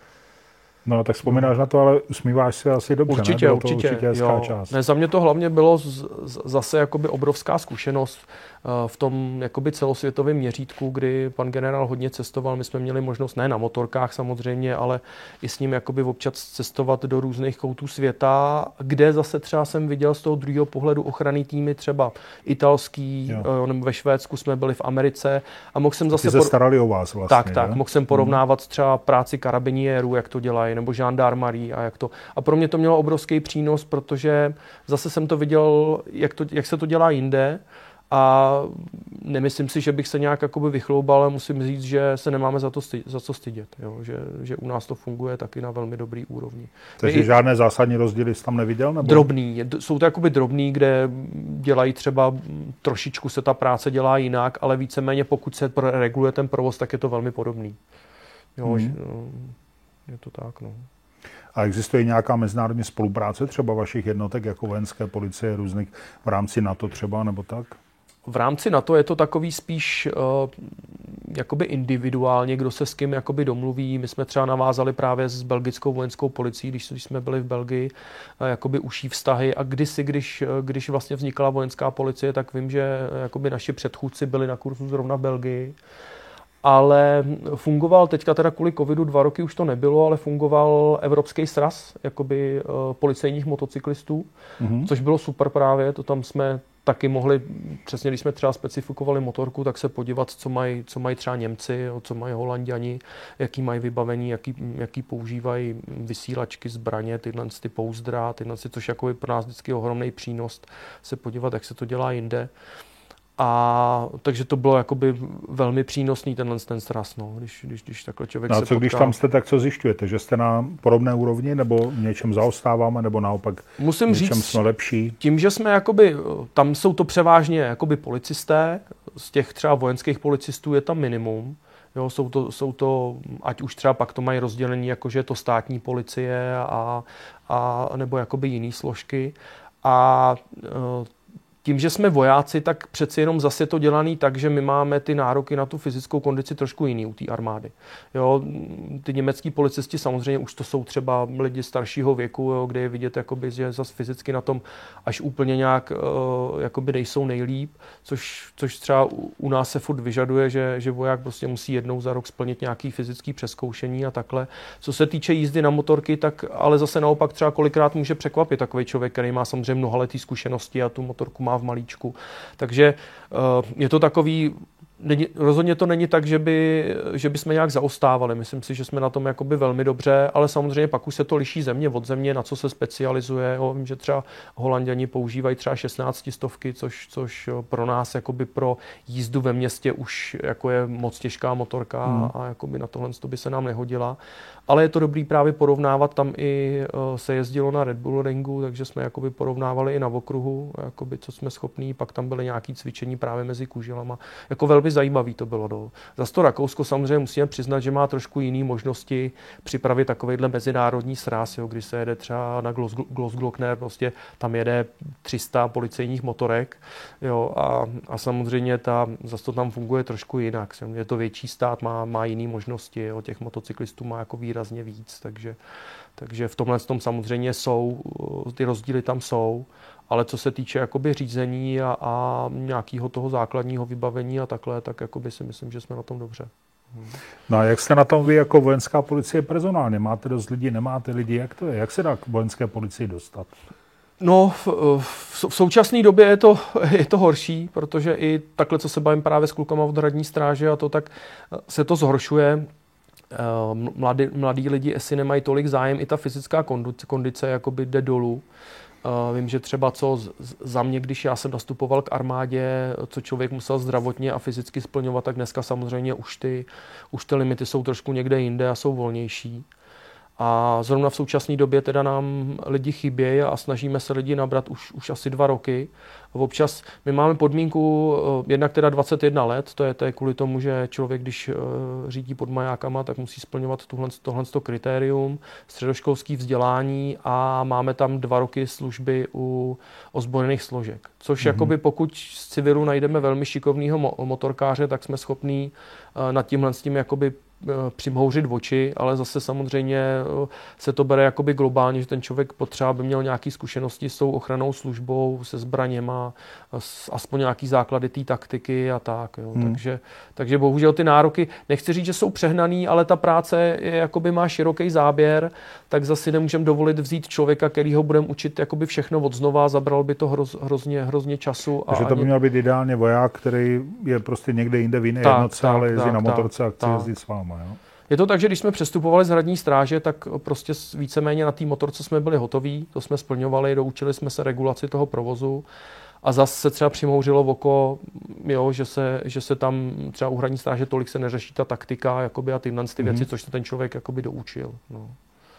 No, tak vzpomínáš na to, ale usmíváš se asi dobře, určitě, ne? Určitě, určitě jo. část. Ne, za mě to hlavně bylo z, z, zase jakoby obrovská zkušenost uh, v tom jakoby celosvětovém měřítku, kdy pan generál hodně cestoval. My jsme měli možnost ne na motorkách samozřejmě, ale i s ním jakoby občas cestovat do různých koutů světa, kde zase třeba jsem viděl z toho druhého pohledu ochranný týmy, třeba italský, uh, nebo ve Švédsku jsme byli v Americe a mohl jsem zase... Ty se starali o vás vlastně, Tak, tak, mohl jsem porovnávat hmm. třeba práci karabiniérů, jak to dělají, nebo žandarmarí a jak to. A pro mě to mělo obrovský přínos, protože zase jsem to viděl, jak, to, jak se to dělá jinde a nemyslím si, že bych se nějak jakoby vychloubal, ale musím říct, že se nemáme za to stydět, za co stydět, jo? Že, že u nás to funguje taky na velmi dobrý úrovni. Takže žádné zásadní rozdíly jsi tam neviděl? Nebo? Drobný. Jsou to jakoby drobný, kde dělají třeba trošičku se ta práce dělá jinak, ale víceméně pokud se reguluje ten provoz, tak je to velmi podobný. Jo, hmm. že, je to tak, no. A existuje nějaká mezinárodní spolupráce třeba vašich jednotek jako vojenské policie různých v rámci NATO třeba nebo tak? V rámci NATO je to takový spíš uh, jakoby individuálně, kdo se s kým jakoby domluví. My jsme třeba navázali právě s belgickou vojenskou policií, když, když jsme byli v Belgii, uh, jakoby užší vztahy a kdysi, když, když vlastně vznikala vojenská policie, tak vím, že jakoby naši předchůdci byli na kurzu zrovna v Belgii. Ale fungoval teďka teda kvůli covidu, dva roky už to nebylo, ale fungoval Evropský sraz jakoby uh, policejních motocyklistů, mm-hmm. což bylo super právě, to tam jsme taky mohli, přesně když jsme třeba specifikovali motorku, tak se podívat, co mají, co mají třeba Němci, co mají Holanďani, jaký mají vybavení, jaký, jaký používají vysílačky, zbraně, tyhle ty pouzdra, tyhle, což jako je pro nás vždycky ohromný přínos se podívat, jak se to dělá jinde. A takže to bylo jakoby velmi přínosný tenhle ten sraz, no, když, když, když takhle člověk no a se co potká. Když tam jste, tak co zjišťujete? Že jste na podobné úrovni nebo v něčem zaostáváme nebo naopak musím v něčem říct, jsme lepší? Tím, že jsme jakoby, tam jsou to převážně jakoby policisté, z těch třeba vojenských policistů je tam minimum. Jo, jsou to, jsou to, ať už třeba pak to mají rozdělení, jakože je to státní policie a, a nebo jakoby jiný složky. A tím, že jsme vojáci, tak přeci jenom zase to dělaný tak, že my máme ty nároky na tu fyzickou kondici trošku jiný u té armády. Jo, ty německý policisti samozřejmě už to jsou třeba lidi staršího věku, jo, kde je vidět, jakoby, že zase fyzicky na tom až úplně nějak uh, jakoby nejsou nejlíp, což, což třeba u, u nás se furt vyžaduje, že, že voják prostě musí jednou za rok splnit nějaký fyzický přezkoušení a takhle. Co se týče jízdy na motorky, tak ale zase naopak třeba kolikrát může překvapit takový člověk, který má samozřejmě mnohaletý zkušenosti a tu motorku má v malíčku. Takže uh, je to takový, není, rozhodně to není tak, že by, že by jsme nějak zaostávali. Myslím si, že jsme na tom jakoby velmi dobře, ale samozřejmě pak už se to liší země od země, na co se specializuje. Jo, vím, že třeba Holanďani používají třeba šestnáctistovky, což, což pro nás jakoby pro jízdu ve městě už jako je moc těžká motorka hmm. a jakoby na tohle by se nám nehodila. Ale je to dobrý právě porovnávat, tam i uh, se jezdilo na Red Bull ringu, takže jsme jakoby porovnávali i na okruhu, jakoby, co jsme schopní, pak tam byly nějaké cvičení právě mezi kuželama. Jako velmi zajímavý to bylo. Do. Zas to Rakousko samozřejmě musíme přiznat, že má trošku jiné možnosti připravit takovejhle mezinárodní sraz, jo, kdy se jede třeba na Grossglockner, prostě tam jede tři sta policejních motorek, jo, a, a samozřejmě ta, zas to tam funguje trošku jinak. Je to větší stát, má, má jiné možnosti, jo, těch motocyklistů má jako výrazně víc, takže, takže v tomhle tom samozřejmě jsou, ty rozdíly tam jsou, ale co se týče jakoby řízení a, a nějakého toho základního vybavení a takhle, tak jakoby si myslím, že jsme na tom dobře. Hmm. No a jak jste na tom vy jako vojenská policie personálně? Máte dost lidí, nemáte lidi? Jak to je? Jak se dá k vojenské policii dostat? No, v, v, v současné době je to, je to horší, protože i takhle, co se bavím právě s klukama od hradní stráže a to, tak se to zhoršuje. Mladí, mladí lidi asi nemají tolik zájem, i ta fyzická kondice, kondice jakoby jde dolů. Vím, že třeba co za mě, když já jsem nastupoval k armádě, co člověk musel zdravotně a fyzicky splňovat, tak dneska samozřejmě už ty, už ty limity jsou trošku někde jinde a jsou volnější. A zrovna v současné době teda nám lidi chybějí a snažíme se lidi nabrat už, už asi dva roky. A občas my máme podmínku jednak teda dvacet jedna let, to je, to je kvůli tomu, že člověk, když uh, řídí pod majákama, tak musí splňovat tohle, tohle kritérium, středoškolské vzdělání a máme tam dva roky služby u ozbrojených složek. Což mm-hmm. jakoby pokud z civilu najdeme velmi šikovného mo- motorkáře, tak jsme schopní uh, nad tímhle s tím jakoby přimhouřit oči, ale zase samozřejmě se to bere jakoby globálně, že ten člověk potřeba by měl nějaké zkušenosti s tou ochrannou službou, se zbraněma, aspoň nějaký základy té taktiky a tak. Jo. Hmm. Takže, takže bohužel ty nároky, nechci říct, že jsou přehnaný, ale ta práce je, jakoby má široký záběr, tak zase nemůžeme dovolit vzít člověka, který ho budeme učit jakoby všechno od znova, zabral by to hroz, hrozně, hrozně času. Takže to by ani... měl být ideálně voják, který je prostě někde jinde v jiné tak, jednotce, tak, ale jezdí tak, na motorce tak, a chce tak. jezdit s váma. Jo? Je to tak, že když jsme přestupovali z hradní stráže, tak prostě víceméně na té motorce jsme byli hotoví, to jsme splňovali, doučili jsme se regulaci toho provozu a zase se třeba přimhouřilo v oko, jo, že, se, že se tam třeba u hradní stráže tolik se neřeší ta taktika jakoby, a tyhle ty věci, mm-hmm. což se ten člověk jakoby doučil. No.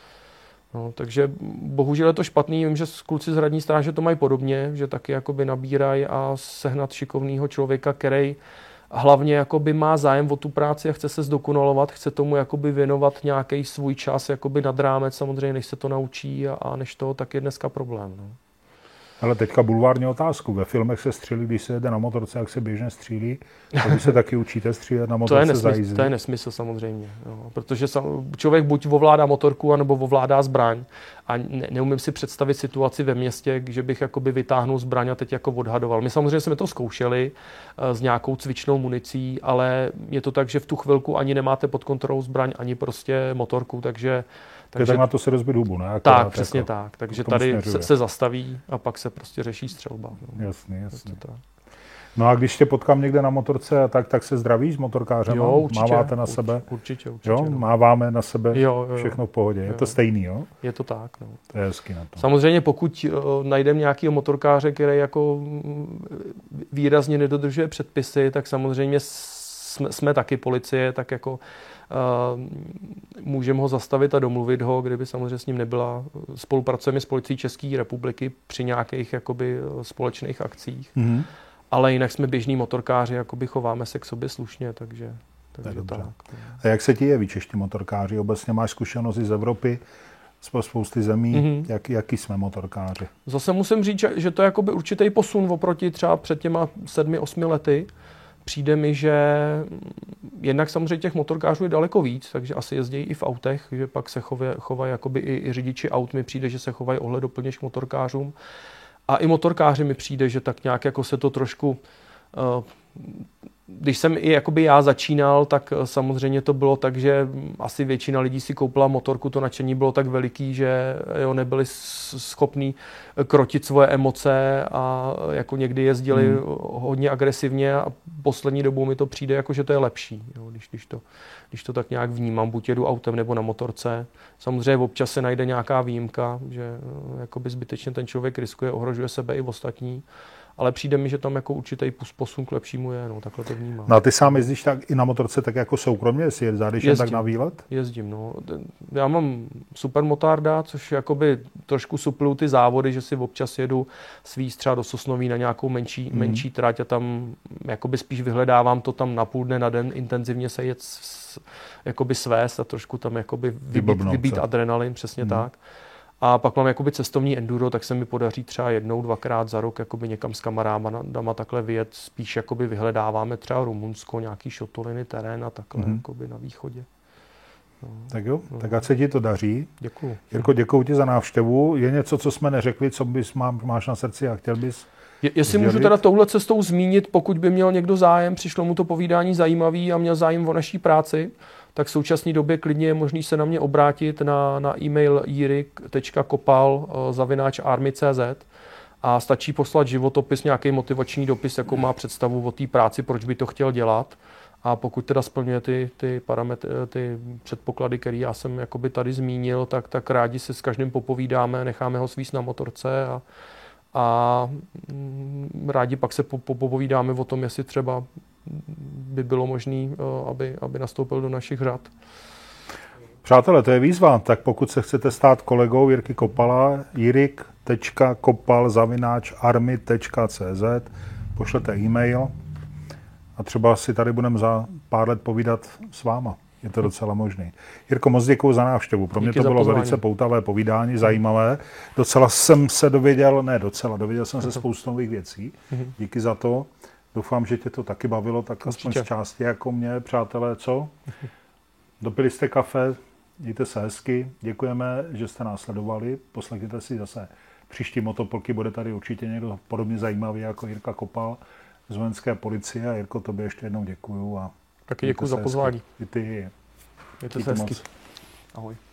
No, takže bohužel je to špatný, vím, že kluci z hradní stráže to mají podobně, že taky jakoby nabírají a sehnat šikovného člověka, který hlavně jakoby má zájem o tu práci a chce se zdokonalovat, chce tomu jakoby věnovat nějaký svůj čas jakoby nad rámec, samozřejmě než se to naučí a, a než to, tak je dneska problém. No. Ale teďka bulvární otázku. Ve filmech se střílí, když se jede na motorce, jak se běžně střílí. A vy se taky učíte střílet na motorce to je nesmysl, za jízdy. To je nesmysl samozřejmě. Jo. Protože sam, člověk buď ovládá motorku, anebo ovládá zbraň. A ne, neumím si představit situaci ve městě, že bych jakoby vytáhnul zbraň a teď jako odhadoval. My samozřejmě jsme to zkoušeli uh, s nějakou cvičnou municí, ale je to tak, že v tu chvilku ani nemáte pod kontrolou zbraň, ani prostě motorku, takže Takže tak na to se rozbít hubu, ne? Akorát, tak, přesně jako, tak. Takže tady se, se zastaví a pak se prostě řeší střelba. No. Jasně, jasně. No a když tě potkám někde na motorce, tak, tak se zdravíš s motorkářem? Jo, určitě. Máváte na určitě, sebe? Určitě, určitě. Jo, no. Máváme na sebe jo, jo, jo. všechno v pohodě. Je jo. to stejný, jo? Je to tak, no. To je hezky na to. Samozřejmě pokud uh, najdeme nějakého motorkáře, který jako výrazně nedodržuje předpisy, tak samozřejmě jsme, jsme taky policie, tak jako Uh, můžeme ho zastavit a domluvit ho, kdyby samozřejmě s ním nebyla. Spolupracujeme s policií České republiky při nějakých jakoby společných akcích. Mm-hmm. Ale jinak jsme běžní motorkáři, jakoby chováme se k sobě slušně, takže, takže tak. A jak se ti jeví čeští motorkáři? Obecně máš zkušenosti z Evropy, z spousty zemí. Mm-hmm. Jak, jaký jsme motorkáři? Zase musím říct, že to je jakoby určitý posun oproti třeba před těma sedmi, osmi lety. Přijde mi, že jednak samozřejmě těch motorkářů je daleko víc, takže asi jezdí i v autech, že pak se chovají, chovají jakoby i, i řidiči aut, mi přijde, že se chovají ohleduplně k motorkářům. A i motorkáři mi přijde, že tak nějak jako se to trošku... Uh, když jsem i jakoby já začínal, tak samozřejmě to bylo tak, že asi většina lidí si koupila motorku, to nadšení bylo tak veliký, že jo, nebyli schopní krotit svoje emoce a jako někdy jezdili hmm. hodně agresivně a poslední dobou mi to přijde jako, že to je lepší, jo, když, když, to, když to tak nějak vnímám, buď jedu autem nebo na motorce. Samozřejmě občas se najde nějaká výjimka, že jakoby zbytečně ten člověk riskuje, ohrožuje sebe i ostatní. Ale přijde mi, že tam jako určitý posun k lepšímu je, no, takhle to vnímám. No a ty sám jezdíš tak i na motorce tak jako soukromně, jestli jezdíš jen tak na výlet? Jezdím, no. Já mám super motárda, což jakoby trošku supluju ty závody, že si občas jedu svízt třeba do Sosnoví na nějakou menší, mm. menší trať a tam jakoby spíš vyhledávám to tam na půl dne, na den intenzivně se jet jakoby svést a trošku tam jakoby vybít, vybít adrenalin, přesně mm. tak. A pak mám jakoby cestovní enduro, tak se mi podaří třeba jednou, dvakrát za rok jakoby někam s kamarádama takhle vyjet. Spíš jakoby vyhledáváme třeba Rumunsko, nějaký šotoliny, terén a takhle mm-hmm. jakoby na východě. No. Tak jo, no. Tak ať se ti to daří. Děkuju. Jirko, děkuju ti za návštěvu. Je něco, co jsme neřekli, co bys má, máš na srdci a chtěl bys Je, Jestli sdělit? Můžu teda touhle cestou zmínit, pokud by měl někdo zájem, přišlo mu to povídání zajímavý a měl zájem o naší práci, tak v současné době klidně je možný se na mě obrátit na, na e-mail jirik tečka kopal zavináč army tečka cz a stačí poslat životopis, nějaký motivační dopis, jako má představu o té práci, proč by to chtěl dělat. A pokud teda splňuje ty, ty, parametry, ty předpoklady, které já jsem jakoby tady zmínil, tak, tak rádi se s každým popovídáme, necháme ho svízt na motorce a, a rádi pak se popovídáme o tom, jestli třeba by bylo možné, aby, aby nastoupil do našich řad. Přátelé, to je výzva, tak pokud se chcete stát kolegou Jirky Kopala, jirik tečka kopal zavináč army tečka cé zet, pošlete e-mail a třeba si tady budeme za pár let povídat s váma. Je to docela možný. Jirko, moc děkuju za návštěvu. Pro mě Díky to bylo pozvání. velice poutavé povídání, zajímavé. Docela jsem se dověděl, ne docela, dověděl jsem se spoustu nových věcí. Díky za to. Doufám, že tě to taky bavilo, tak aspoň z části jako mě. Přátelé, co? Dopili jste kafe, mějte se hezky. Děkujeme, že jste nás sledovali. Poslechněte si zase příští Motopolky. Bude tady určitě někdo podobně zajímavý jako Jirka Kopal z vojenské policie. A Jirko, tobě ještě jednou děkuju. A taky děkuji za pozvání. I ty. Mějte se hezky. Ahoj.